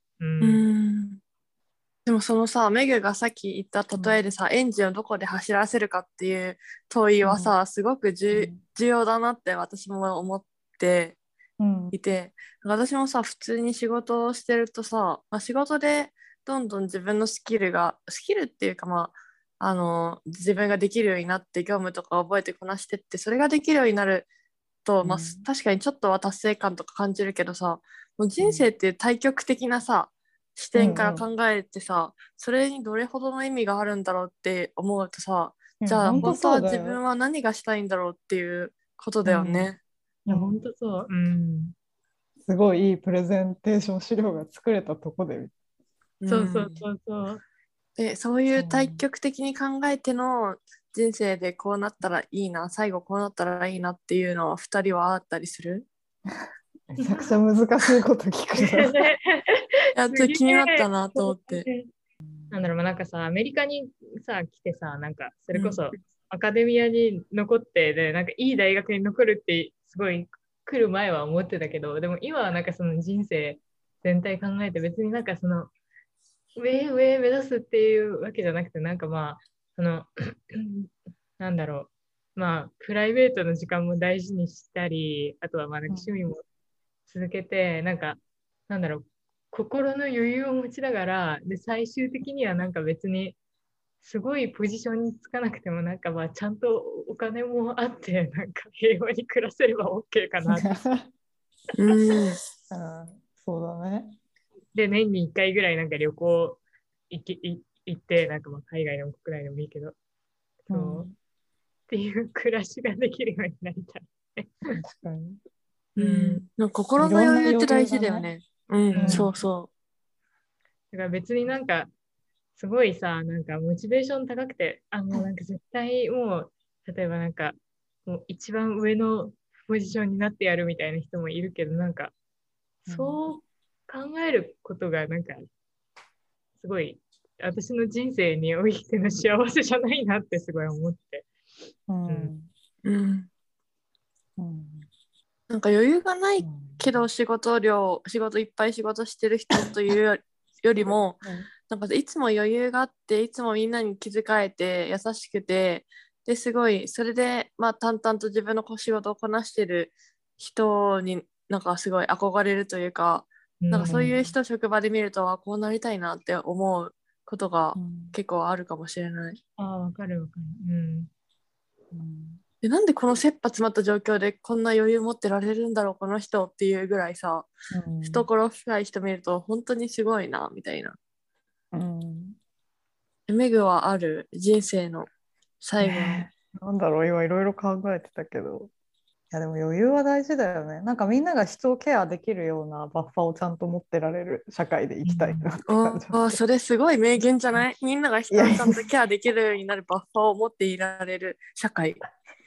でもそのさ、メグがさっき言った例えでさ、エンジンをどこで走らせるかっていう問いはさ、すごく重要だなって私も思っていて、私もさ、普通に仕事をしてるとさ、仕事でどんどん自分のスキルっていうか自分ができるようになって業務とか覚えてこなしてって、それができるようになると、確かにちょっとは達成感とか感じるけどさ、もう人生っていう対極的なさ、視点から考えてさ、それにどれほどの意味があるんだろうって思うとさ、じゃあ本当は自分は何がしたいんだろうっていうことだよね。 本当そう。 すごいいいプレゼンテーション資料が作れたとこで。 そう。 で、そういう対極的に考えての人生でこうなったらいいな、最後こうなったらいいなっていうのは2人はあったりする？ めちゃくちゃ難しいこと聞くな。 やっと気になったなと思って。 なんだろう、なんかさ、アメリカにさ、来てさ、なんか、それこそ、アカデミアに残ってで、なんかいい大学に残るって、すごい来る前は思ってたけど、でも今はなんかその人生全体考えて、別になんかその、上目指すっていうわけじゃなくて、なんかまあ、その、なんだろう、まあ、プライベートの時間も大事にしたり、あとはまあ、なんか趣味も続けて、なんか、なんだろう、心の余裕を持ちながら、で、最終的にはなんか別に、 すごいポジションにつかなくてもなんかまあちゃんとお金もあってなんか平和に暮らせれば OK かなって。 そうだね。 で年に1回ぐらいなんか旅行行ってなんかまあ海外でも国内でもいいけど、そうっていう暮らしができるようになりたい。 確かに。 なんか心の余裕って大事だよね。そうそだから別になんかすごいさ、なんかモチベーション高くて、もうなんか絶対もう、例えばなんか、もう一番上のポジションになってやるみたいな人もいるけど、なんか、そう考えることがなんか、すごい、私の人生においての幸せじゃないなってすごい思って。 なんか余裕がないけど仕事いっぱい仕事してる人というよりも、なんかいつも余裕があっていつもみんなに気遣えて優しくてですごいそれでまあ淡々と自分の仕事をこなしてる人になんかすごい憧れるというか、なんかそういう人職場で見るとこうなりたいなって思うことが結構あるかもしれない。 わかるわかる。 でなんでこの切羽詰まった状況でこんな余裕持ってられるんだろうこの人っていうぐらいさ、懐深い人見ると本当にすごいなみたいな。メグはある人生の最後の、 なんだろう、今いろいろ考えてたけど、いやでも余裕は大事だよね。なんかみんなが人をケアできるようなバッファーをちゃんと持ってられる社会で生きたいなって感じ。 それすごい名言じゃない？みんなが人をちゃんとケアできるようになるバッファーを持っていられる社会。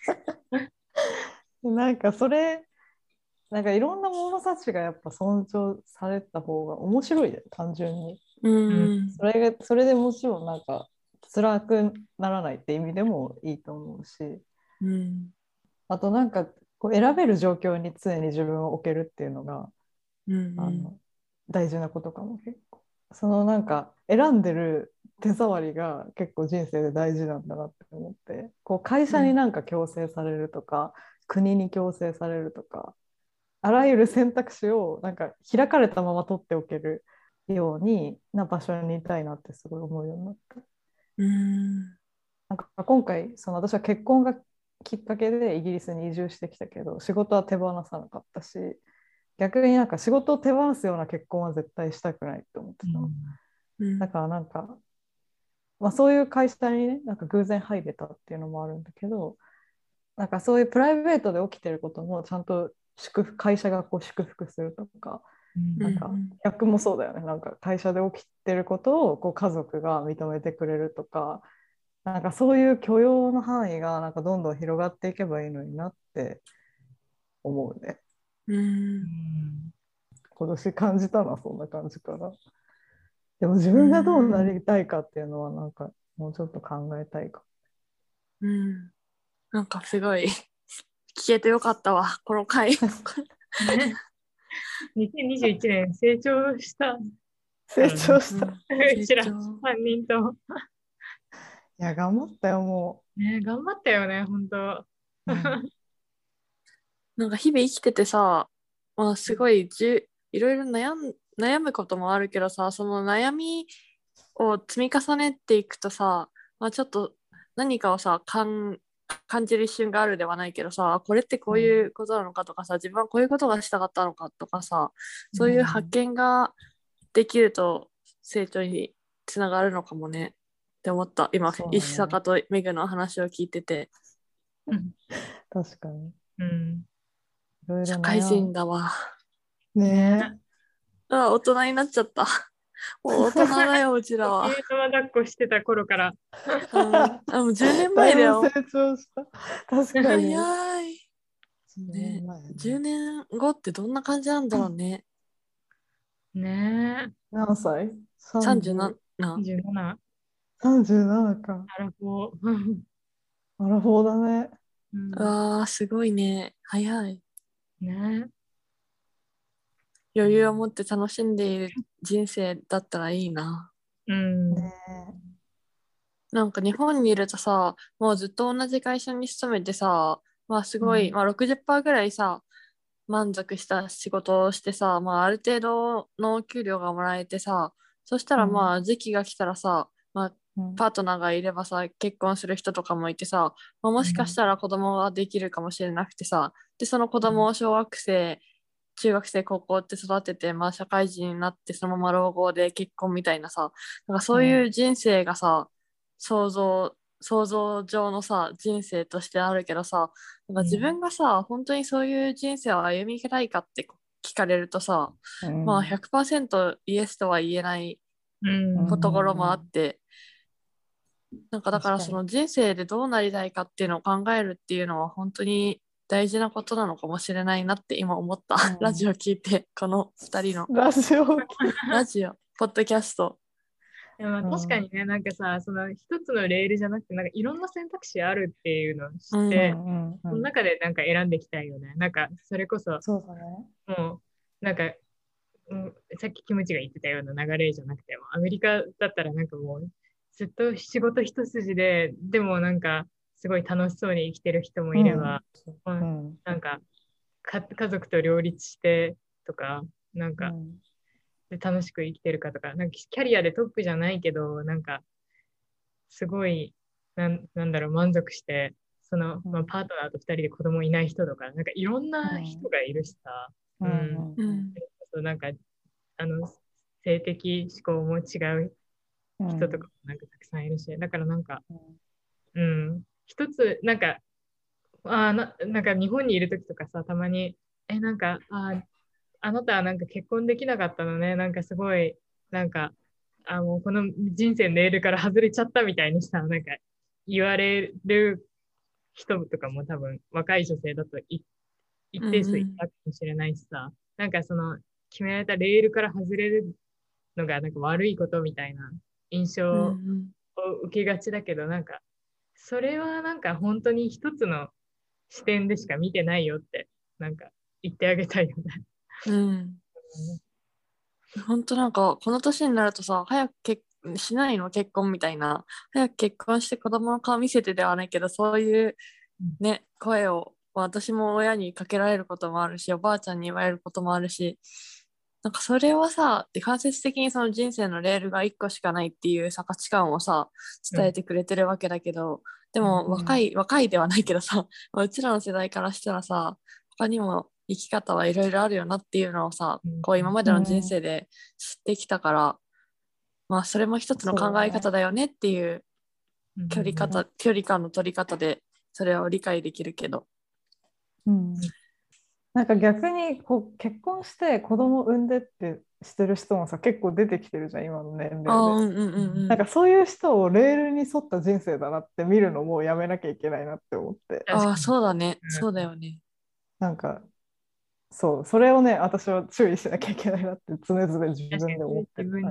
なんかそれ、なんかいろんな物差しがやっぱ尊重された方が面白いね、単純に。それでもちろんなんか辛くならないって意味でもいいと思うし、あとなんかこう選べる状況に常に自分を置けるっていうのが、大事なことかも。結構そのなんか選んでる手触りが結構人生で大事なんだなって思って、こう会社になんか強制されるとか、国に強制されるとか、あらゆる選択肢をなんか開かれたまま取っておけるような場所にいたいなってすごい思うようになった。なんか今回私は結婚がきっかけでイギリスに移住してきたけど、仕事は手放さなかったし、逆になんか仕事を手放すような結婚は絶対したくないって思ってたの。だからなんか、そういう会社にね、なんか偶然入れたっていうのもあるんだけど、なんかそういうプライベートで起きてることもちゃんと会社がこう祝福するとか、なんか逆もそうだよね。なんか会社で起きてることをこう家族が認めてくれるとか、なんかそういう許容の範囲がなんかどんどん広がっていけばいいのになって思うね。今年感じたのはそんな感じかな。でも自分がどうなりたいかっていうのはなんかもうちょっと考えたいか。 なんかすごい聞けてよかったわこの回。 2021年成長した。 成長した。 うちら3人と。 いや頑張ったよもう。ね頑張ったよね本当。 なんか日々生きててさ、すごいいろいろ悩むこともあるけどさ、その悩みを積み重ねていくとさ、ちょっと何かをさ感じる一瞬があるではないけどさ、これってこういうことなのかとかさ、自分はこういうことがしたかったのかとかさ、そういう発見ができると成長につながるのかもねって思った今、石坂とメグの話を聞いてて。 確かに。 社会人だわ。 ねえ。大人になっちゃった。もう大人だよ、うちらは。 抱っこしてた頃から。 もう10年前だよ。 成長した。確かに。 早い。ね、10年後ってどんな感じなんだろうね。 ねえ。 何歳 ?37。 37か。 アラフォー。 アラフォーだね。 わあ、すごいね。早い。 ね。 余裕を持って楽しんでいる人生だったらいいな。なんか日本にいるとさ、もうずっと同じ会社に勤めてさ、すごい、60% ぐらいさ、満足した仕事をしてさ、ある程度の給料がもらえてさ、そしたら時期が来たらさ、 パートナーがいればさ、結婚する人とかもいてさ、まあ、もしかしたら子供はできるかもしれなくてさ、で、その子供を小学生、中学生、高校って育てて、まあ、社会人になってそのまま老後で結婚みたいなさ、なんかそういう人生がさ、想像上のさ、人生としてあるけどさ、なんか自分がさ、本当にそういう人生を歩みたいかって聞かれるとさ、まあ100%イエスとは言えないところもあって、なんかだからその人生でどうなりたいかっていうのを考えるっていうのは本当に大事なことなのかもしれないなって今思った、ラジオ聞いて、この2人のラジオポッドキャスト。 でも確かにね、なんかさ、その一つのレールじゃなくて、なんかいろんな選択肢あるっていうのを知って、その中でなんか選んでいきたいよね。なんかそれこそ、 そうだね。 もう、なんか、さっきキムチが言ってたような流れじゃなくても、アメリカだったらなんかもう、ずっと仕事一筋で、でもなんか、すごい楽しそうに生きてる人もいれば、なんか家族と両立してとか、なんか、で楽しく生きてるかとか、なんかキャリアでトップじゃないけど、なんか、すごい、なんだろう、満足して、その、まあ、パートナーと二人で子供いない人とか、なんかいろんな人がいるしさ、なんか、性的思考も違う人とかもなんかたくさんいるし、だからなんか、一つ、なんか、なんか日本にいるときとかさ、たまに、なんか、あなたはなんか結婚できなかったのね、なんかすごい、なんか、もうこの人生のレールから外れちゃったみたいにさ、なんか言われる人とかも多分若い女性だと一定数いたかもしれないしさ、なんかその決められたレールから外れるのがなんか悪いことみたいな印象を受けがちだけど、なんかそれはなんか本当に一つの視点でしか見てないよってなんか言ってあげたいよね。 本当なんかこの年になるとさ、早くしないの結婚みたいな、早く結婚して子供の顔見せてではないけど、そういうね、声を私も親にかけられることもあるし、おばあちゃんに言われることもあるし、なんかそれはさ、間接的にその人生のレールが1個しかないっていうさ、価値観をさ、伝えてくれてるわけだけど、でも若いではないけどさ、うちらの世代からしたらさ、他にも生き方はいろいろあるよなっていうのをさ、こう今までの人生で知ってきたから、まあそれも一つの考え方だよねっていう距離感の取り方でそれを理解できるけど。 なんか逆にこう結婚して子供産んでってしてる人もさ結構出てきてるじゃん今の年齢で。なんかそういう人をレールに沿った人生だなって見るのもやめなきゃいけないなって思って。 そうだね、そうだよね。 なんかそれをね私は注意しなきゃいけないなって常々自分で思ってる。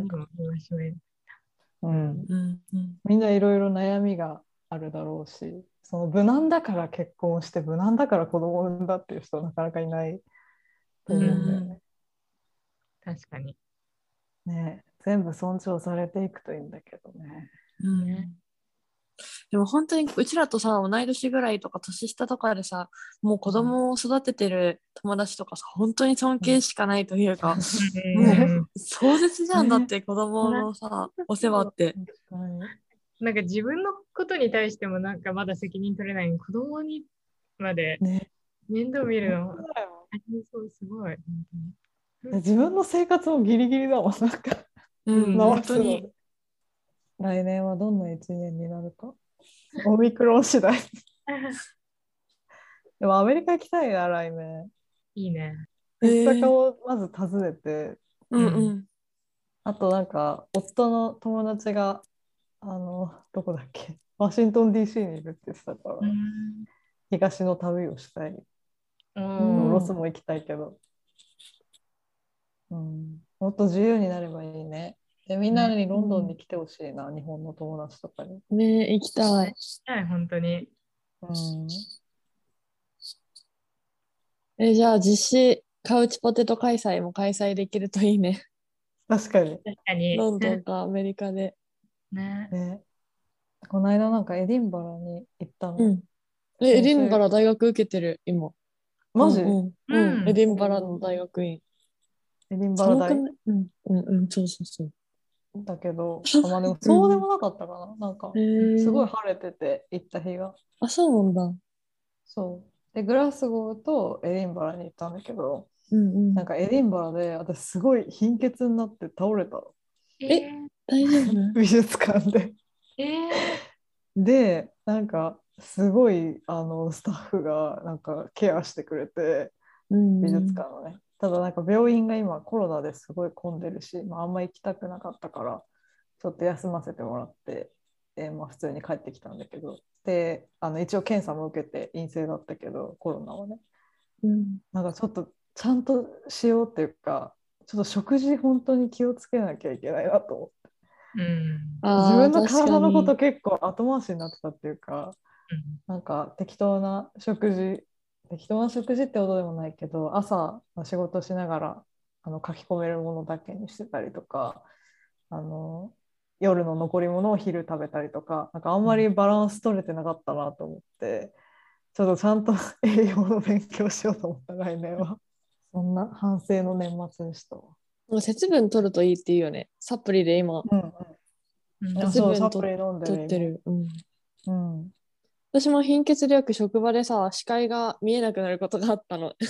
みんないろいろ悩みがあるだろうし、その無難だから結婚して無難だから子供を産んだっていう人はなかなかいないと思うんだよね。 確かに。 ね、全部尊重されていくといいんだけどね。 でも本当にうちらとさ、同い年ぐらいとか年下とかでさ、もう子供を育ててる友達とかさ、本当に尊敬しかないというか、もう壮絶じゃんだって子供のさ、お世話って。 なんか自分のことに対してもなんかまだ責任取れないのに子供にまで面倒見るの、そうすごい。 自分の生活もギリギリだもん、なんか。 本当に。 来年はどんな一年になるか。オミクロン次第。でもアメリカ行きたいな、来年。 いいね。 大阪をまず訪ねて、あとなんか夫の友達がどこだっけ、ワシントン DC にいるって言ってたから、東の旅をしたい。ロスも行きたいけど、もっと自由になればいいね。でみんなにロンドンに来てほしいな、日本の友達とかに。 ね、行きたい。 本当に。 じゃあ実施カウチポテト開催も開催できるといいね。 確かに。 ロンドンかアメリカで。 ね。この間なんかエディンバラに行ったの。 エディンバラ大学受けてる今。 マジ？ エディンバラの大学院。 エディンバラ大？ そうそうそう。 だけど、まあでもそうでもなかったかな。なんか、すごい晴れてて、行った日が。 あ、そうなんだ。 そう。で、グラスゴーとエディンバラに行ったんだけど、 うんうん。 なんかエディンバラで私すごい貧血になって倒れたの。 え、大丈夫？ 美術館で。 えー、 で、なんかすごいスタッフがなんかケアしてくれて、美術館のね。ただなんか病院が今コロナですごい混んでるし、まあ、あんま行きたくなかったから、ちょっと休ませてもらって、まあ、普通に帰ってきたんだけど、で、一応検査も受けて陰性だったけど、コロナはね。 うん。 なんかちょっとちゃんとしようっていうか、ちょっと食事本当に気をつけなきゃいけないなと思って。 うん。 自ああ、 分の確か体のことに。 結構後回しになってたっていうか、 うんなんか適当な食事ってほどでもないけど、朝仕事しながら書き込めるものだけにしてたりとか、あの夜の残り物を昼食べたりとか、なんかあんまりバランス取れてなかったなと思って、ちょっとちゃんと栄養の勉強しようと思った来年は。そんな反省の年末でしたわ。 もう鉄分取るといいっていうよね。サプリで今、 うんうん。 うん。 鉄そう、 分とサプリ飲んでる今。 取ってる。うん。 うん。 私も貧血でよく職場でさ、視界が見えなくなることがあったの。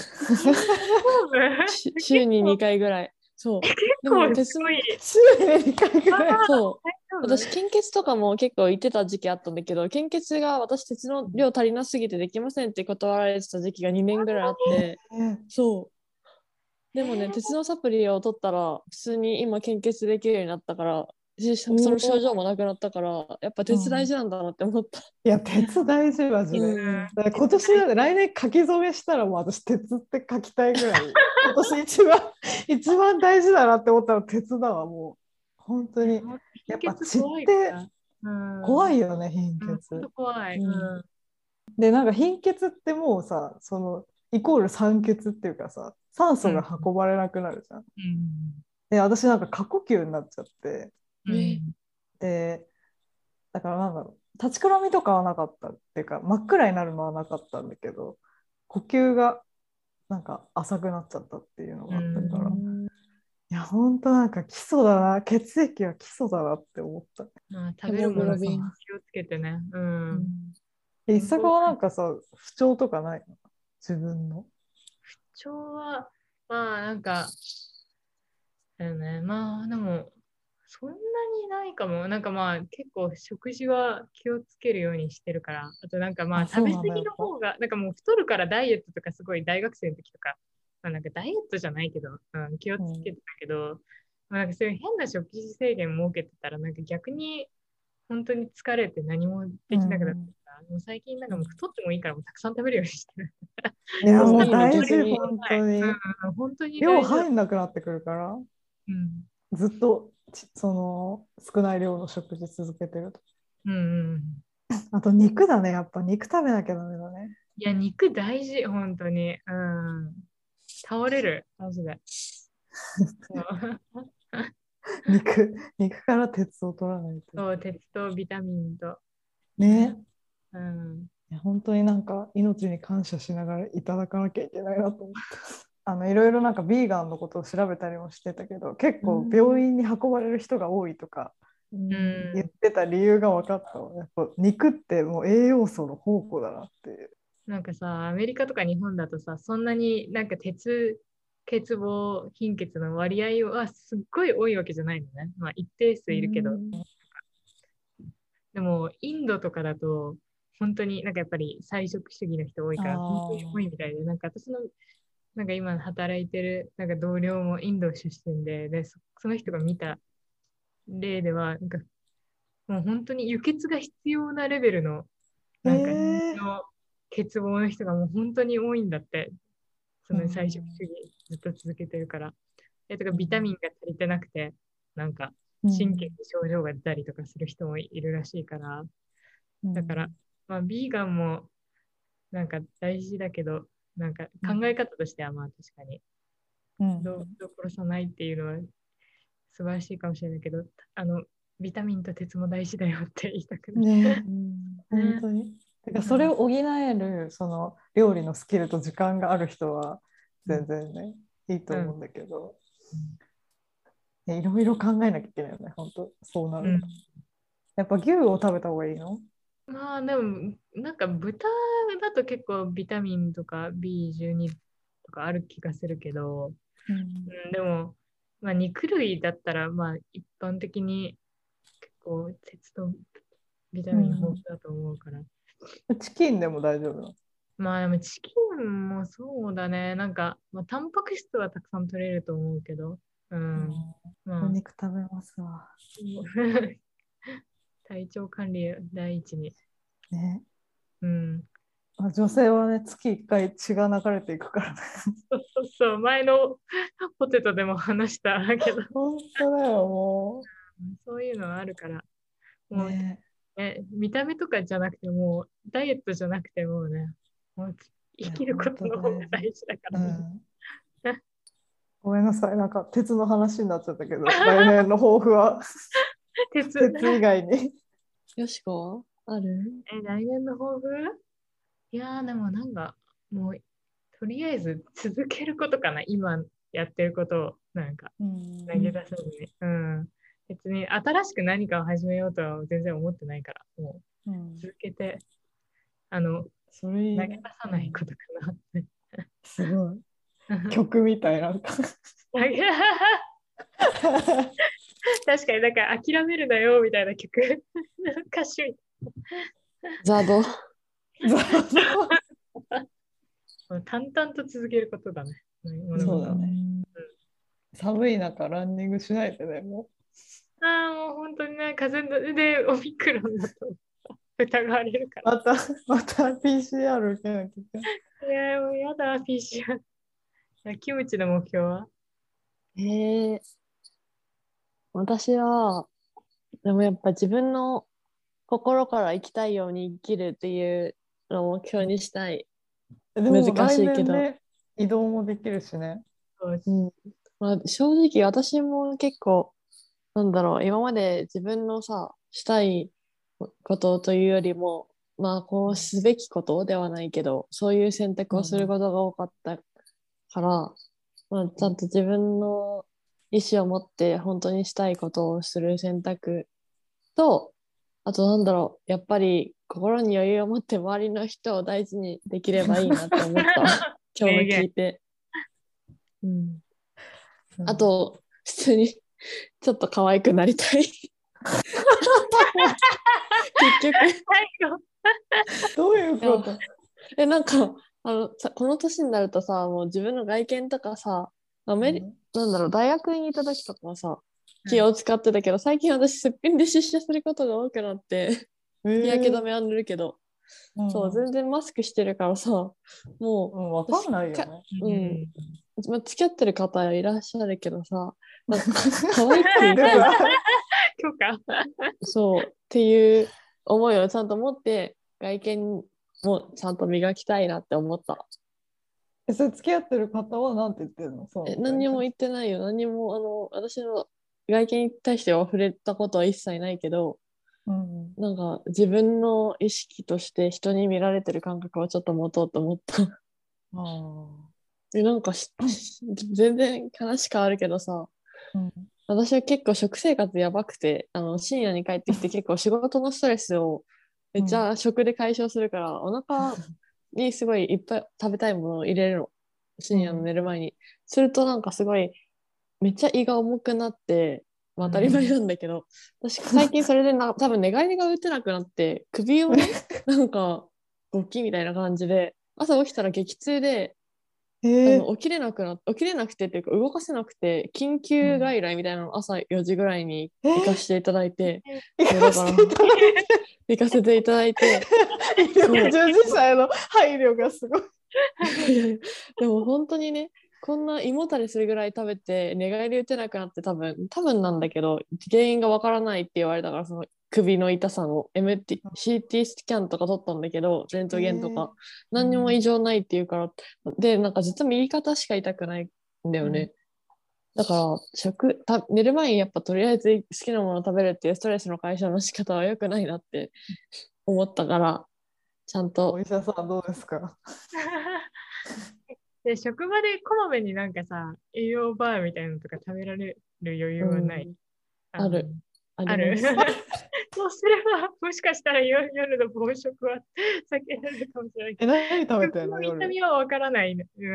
週に2回ぐらい。そう。 結でも構す鉄の、 ごい。 週に2回ぐらい。 そう。 大丈夫？ 私、献血とかも結構行ってた時期あったんだけど、献血が私、鉄の量足りなすぎてできませんって断られてた時期が2年ぐらいあって、そう。でもね、鉄のサプリを取ったら、普通に今献血できるようになったから、その症状もなくなったから、やっぱ鉄大事なんだなって思った。 いや、鉄大事マジで。 うん。 だから今年来年書き初めしたらもう私鉄って書きたいぐらい、今年一番大事だなって思ったら鉄だわ、もう。本当に。や貧っぱ血っ血怖いかてら。うん。 怖いよね、貧うん、ほん血。 と怖い。 うんうん。 で、なんか貧血ってもうさ、イコール酸欠っていうかさ、酸素がうん。 運ばれなくなるじゃん。 うん。 で、私なんか過呼吸になっちゃって、 うん。 で、だからなんだろう、立ちくらみとかはなかったっていうか、真っ暗になるのはなかったんだけど、呼吸がなんか浅くなっちゃったっていうのうがあったから、いん。 や、本当なんか基礎だな、血液は基礎だなって思った。 まあ、食ヘモグべるものにロビン。 気をつけてね。ううん。 ん。 一健康坂はなんかさ、不調とかないの？自分の。 腸は、まあ、なんか、だよね。まあ、でも、そんなにないかも。なんかまあ、結構食事は気をつけるようにしてるから。あとなんかまあ、 あ、 食べ過そうなんだ、やっぱ。 ぎの方が、なんかもう太るからダイエットとかすごい大学生の時とか、まあなんかダイエットじゃないけど、気をうん。 つけてたけど、まあ、なんかそういう変な食事制限設けてたら、なんか逆に本当に疲れて何もうできなくなってん。 から、もう最近なんかもう太ってもいいからもうたくさん食べるようにしてる。 いや、もうでもいいね、 大事、 逆に。 本当に。 うん、本当に量大事だ。 入んなくなってくるから、 うん。 ずっと少ない量の食事続けてると。 うんうん。 あと肉だね、やっぱ肉食べなきゃダメだね。 いや、肉大事、本当に。うん。倒れる、マジで。そう、 肉から鉄を取らないと。 そう鉄とビタミンと。ね。 ね。 うん。 いや本当になんか命に感謝しながらいただかなきゃいけないなと思って。いろいろなんかビーガンのことを調べたりもしてたけど、結構病院に運ばれる人が多いとかう言っん。 てた理由が分かったわ。やっぱ肉ってもう栄養素の宝庫だなっていう。 なんかさ、アメリカとか日本だとさ、そんなになんか欠乏、貧血の割合はすっごい多いわけじゃないのね。まあ一定数いるけど。でも、インドとかだと、本当になんかやっぱり菜食主義の人多いあから、本当に多いみたいで、なんか私のなんか今働いてるなんか同僚もインド出身で、その人が見た例では、なんかもう本当に輸血が必要なレベルの、 あ。 なんか、の欠乏の人がもう本当に多いんだって、その菜食主義ずっと続けてるから。とかビタミンが足りてなくて、なんか神経に症状が出たりとかする人もいるらしいから、だから、まあ、ビーガンもなんか大事だけど、なんか考え方としてはまあ確かに人を殺さないっていうのは素晴らしいかもしれないけど、ビタミンと鉄も大事だよって言いたくなる。 ね、本ね。 当に。てかそれを補えるその料理のスキルと時間がある人は全然ね、いいと思うんだけど、 いろいろ考えなきゃいけないよね、本当そうなると。やっぱ牛を食べた方がいいの？ まあでも、なんか豚だと結構ビタミンとか B12 とかある気がするけど、でも、まあ肉類だったら、まあ一般的に結構鉄とビタミン豊富だと思うから。 チキンでも大丈夫なの？ まあでもチキンもそうだね。なんか、まあ、タンパク質はたくさん取れると思うけど、まおあ、 肉食べますわ。 体調管理第一に。 ね。 うん。 女性はね、月1回血が流れていくからね。 そうそうそう、前のポテトでも話したけど、 本当だよ、もそういうのはあるから、 う。 もう、 ね。 見た目とかじゃなくて、もう、ダイエットじゃなくて、もうね、もう生きることの方が大事だからね。 ごめんなさい、なんか鉄の話になっちゃったけど、来年の抱負は鉄。 鉄以外に。 よしこはある？ 来年の抱負。いやー、でもなんか、もう、とりあえず続けることかな。今やってることを、なんか、投げ出さずに。別に新しく何かを始めようとは全然思ってないから、もう続けて、 それいい投げ出ね。 さないことかな。 すごい。曲みたいなんか。 確かになんか諦めるなよみたいな曲歌手ザド。 淡々と続けることだね。 そうだね。寒い中ランニングしないでね、もああ、もう本当にね、風邪でオミクロンだと疑われるかう。 ら。 また PCR 受けなきゃいけない。 いや、もうやだ、PCR。キムチの目標は？ 私は、でもやっぱ自分の心から生きたいように生きるっていうのを目標にしたい。 でも難し来いけど。 年ね、移動もできるしね。 まあ、正直私も結構、なんだろう、今まで自分のさ、したいことというよりも、まあ、こうすべきことではないけど、そういう選択をすることが多かったから、まあ、ちゃんと自分の意思を持って本当にしたいことをする選択と、あとなんだろう、やっぱり心に余裕を持って周りの人を大事にできればいいなって思った。今日の聞いて。あと、普通にちょっと可愛くなりたい。結局。 どういうこと？ なんかこの年になるとさ、もう自分の外見とかさ、なんだろう、大学にいた時とかはさ、気を使ってたけど、最近私すっぴんで出社することが多くなって、日焼け止めは塗るけど、そう全然マスクしてるからさ、もう分かんないよね。 まあ、付き合ってる方いらっしゃるけどさ、なんか可愛くいたい。 許可そうっていう思いをちゃんと持って外見もちゃんと磨きたいなって思った。 それ付き合ってる方は何て言ってるの？ 何にも言ってないよ。何にも私の外見に対しては触れたことは一切ないけど、なんか自分の意識として人に見られてる感覚はちょっと持とうと思った。なんか全然話変わるけどさ、私は結構食生活やばくて、深夜に帰ってきて結構仕事のストレスをめっちゃ食で解消するから、お腹にすごいいっぱい食べたいものを入れるの。深夜の寝る前に。するとなんかすごいめっちゃ胃が重くなって、まあ、当たり前なんだけど、私最近それで多分寝返りが打てなくなって首をねなんかゴッキみたいな感じで朝起きたら激痛で、起きれなくてっていうか動かせなくて緊急外来みたいなの朝4時ぐらいに行かせていただいて、だから行かせていただいて従事者への配慮がすごい。 でも本当にね、こんな胃もたれするぐらい食べて寝返り打てなくなって多分なんだけど原因がわからないって言われたから、その首の痛さの CT スキャンとか取ったんだけど、レントゲンとか何にも異常ないっていうから、でなんかずっと右肩しか痛くないんだよね。だから寝る前にやっぱとりあえず好きなものを食べるっていうストレスの解消の仕方は良くないなって思ったから、ちゃんと。 お医者さんどうですか？ で、職場でこまめになんかさ、栄養バーみたいなのとか食べられる余裕はない。 ある。あある。 ります。 そうすれば、もしかしたら夜の暴食は避けられるかもしれないけど、 何食べてんの食の痛夜？ みはわからないね。うん。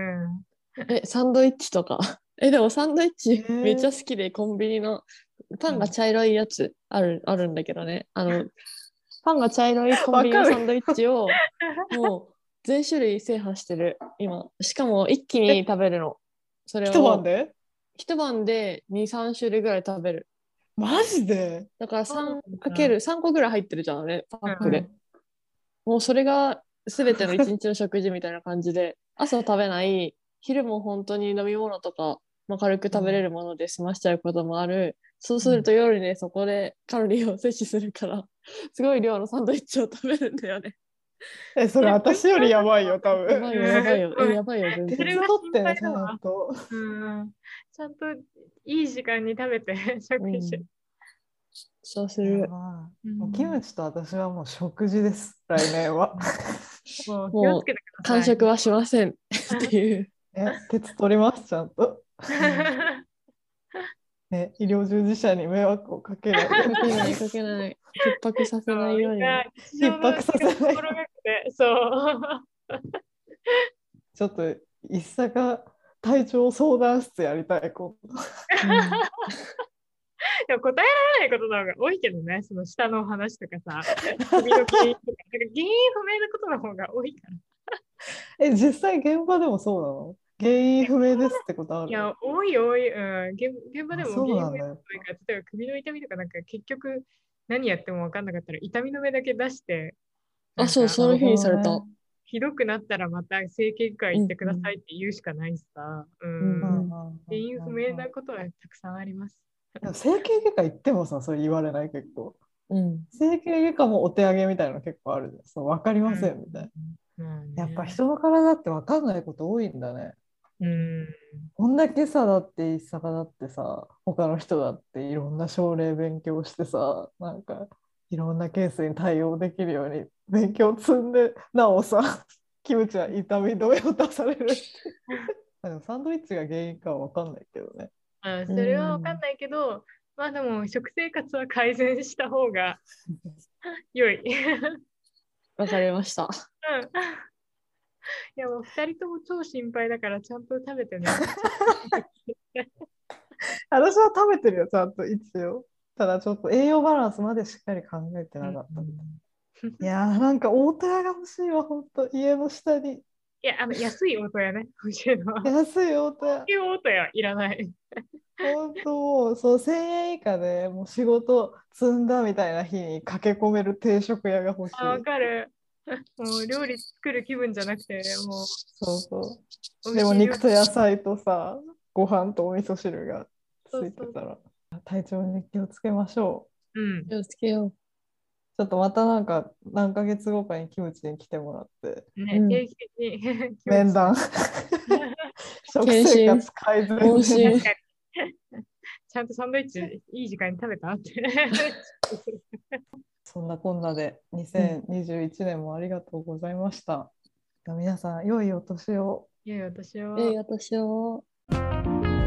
サンドイッチとか。でもサンドイッチめっちゃー好きで、コンビニのパンが茶色いやつあるんだけどね。パンが茶色いコンビニのサンドイッチをもう全種類制覇してる、今。しかも一気に食べるの。それ一晩をで？ 一晩で2、3種類ぐらい食べる。 マジで？ だからそうなんだ 3×3 個ぐらい入ってるじゃんね、パックで。 うんもうそれが全ての一日の食事みたいな感じで、朝食べない、昼も本当に飲み物とか、軽く食べれるもので済ましちゃうこともある。そうすると夜ね、そこでカロリーを摂取するから、すごい量のサンドイッチを食べるんだよね。 それ私よりやばいよ、多分。 やばいよ、やばいよ。やばいよ、全鉄然。 それは取ってね、ちゃ心配だわんと。 ちゃんといい時間に食べて食事。 いやそうする。 まあうんもうキムチと私はもう食事です、来年は。 もう気をつけてください。 完食はしませんっていう。 鉄取ります、ちゃんと。医療従事者に迷惑をかけないように。 かけない、かけない。逼迫させないように。 逼迫させない心がけて、そう。 ちょっと、一坂体調相談室やりたい、今度。 でも答えられないことの方が多いけどね、その下の話とかさ、首の原因とか、原因不明なことの方が多いから。 実際現場でもそうなの？原因不明ですってことある？ いや、多い多い。現場でもそう原因なんだよ。 不明なこと多いから、例えば首の痛みとかなんか結局何やっても分かんなかったら痛み止めだけ出して、 あ、そう、 そそういうふうにされた。 なるほどね。 ひどくなったらまた整形外科行ってくださいって言うしかないしさ、原因不明なことはたくさんあります。 でも整形外科行ってもさ、それ言われない結構。 うん。 整形外科もお手上げみたいなの結構あるじゃん。そう、分かりませんみたいな。やっぱ人の体って分かんないこと多いんだね。こんだけさ、だって一坂だってさ、他の人だっていろんな症例勉強してさ、なんかいろんなケースに対応できるように勉強積んで、なおさ、キムチは痛み止めを出されるって。でもサンドイッチが原因かは分かんないけどね。 それは分かんないけど、まあでも食生活は改善した方が良い。 わかりました。 いやもう2人とも超心配だからちゃんと食べてね。 私は食べてるよ、ちゃんと一応。ただちょっと栄養バランスまでしっかり考えてなかったみたい。いやーなんか大戸屋が欲しいわ、ほんと。家の下に。 いや、安い大戸屋ね、欲しいのは。 安い大戸屋。 高級大戸屋いらない。 本当もう、そう、1000円以下でもう仕事積んだみたいな日に駆け込める定食屋が欲しい。 わかる。もう料理作る気分じゃなくて、もう。 そうそう。でも肉と野菜とさ、ご飯とお味噌汁がついてたら、体調に気をつけましょう。うん。 気をつけよう。 ちょっとまたなんか何ヶ月後かにキムチに来てもらって、 ね、定期的に面談。食生活改善。 問診。 ちゃんとサンドイッチいい時間に食べたって。 そんなこんなで2021年もありがとうございました。皆さん、良いお年を。 いや、私は。 私を。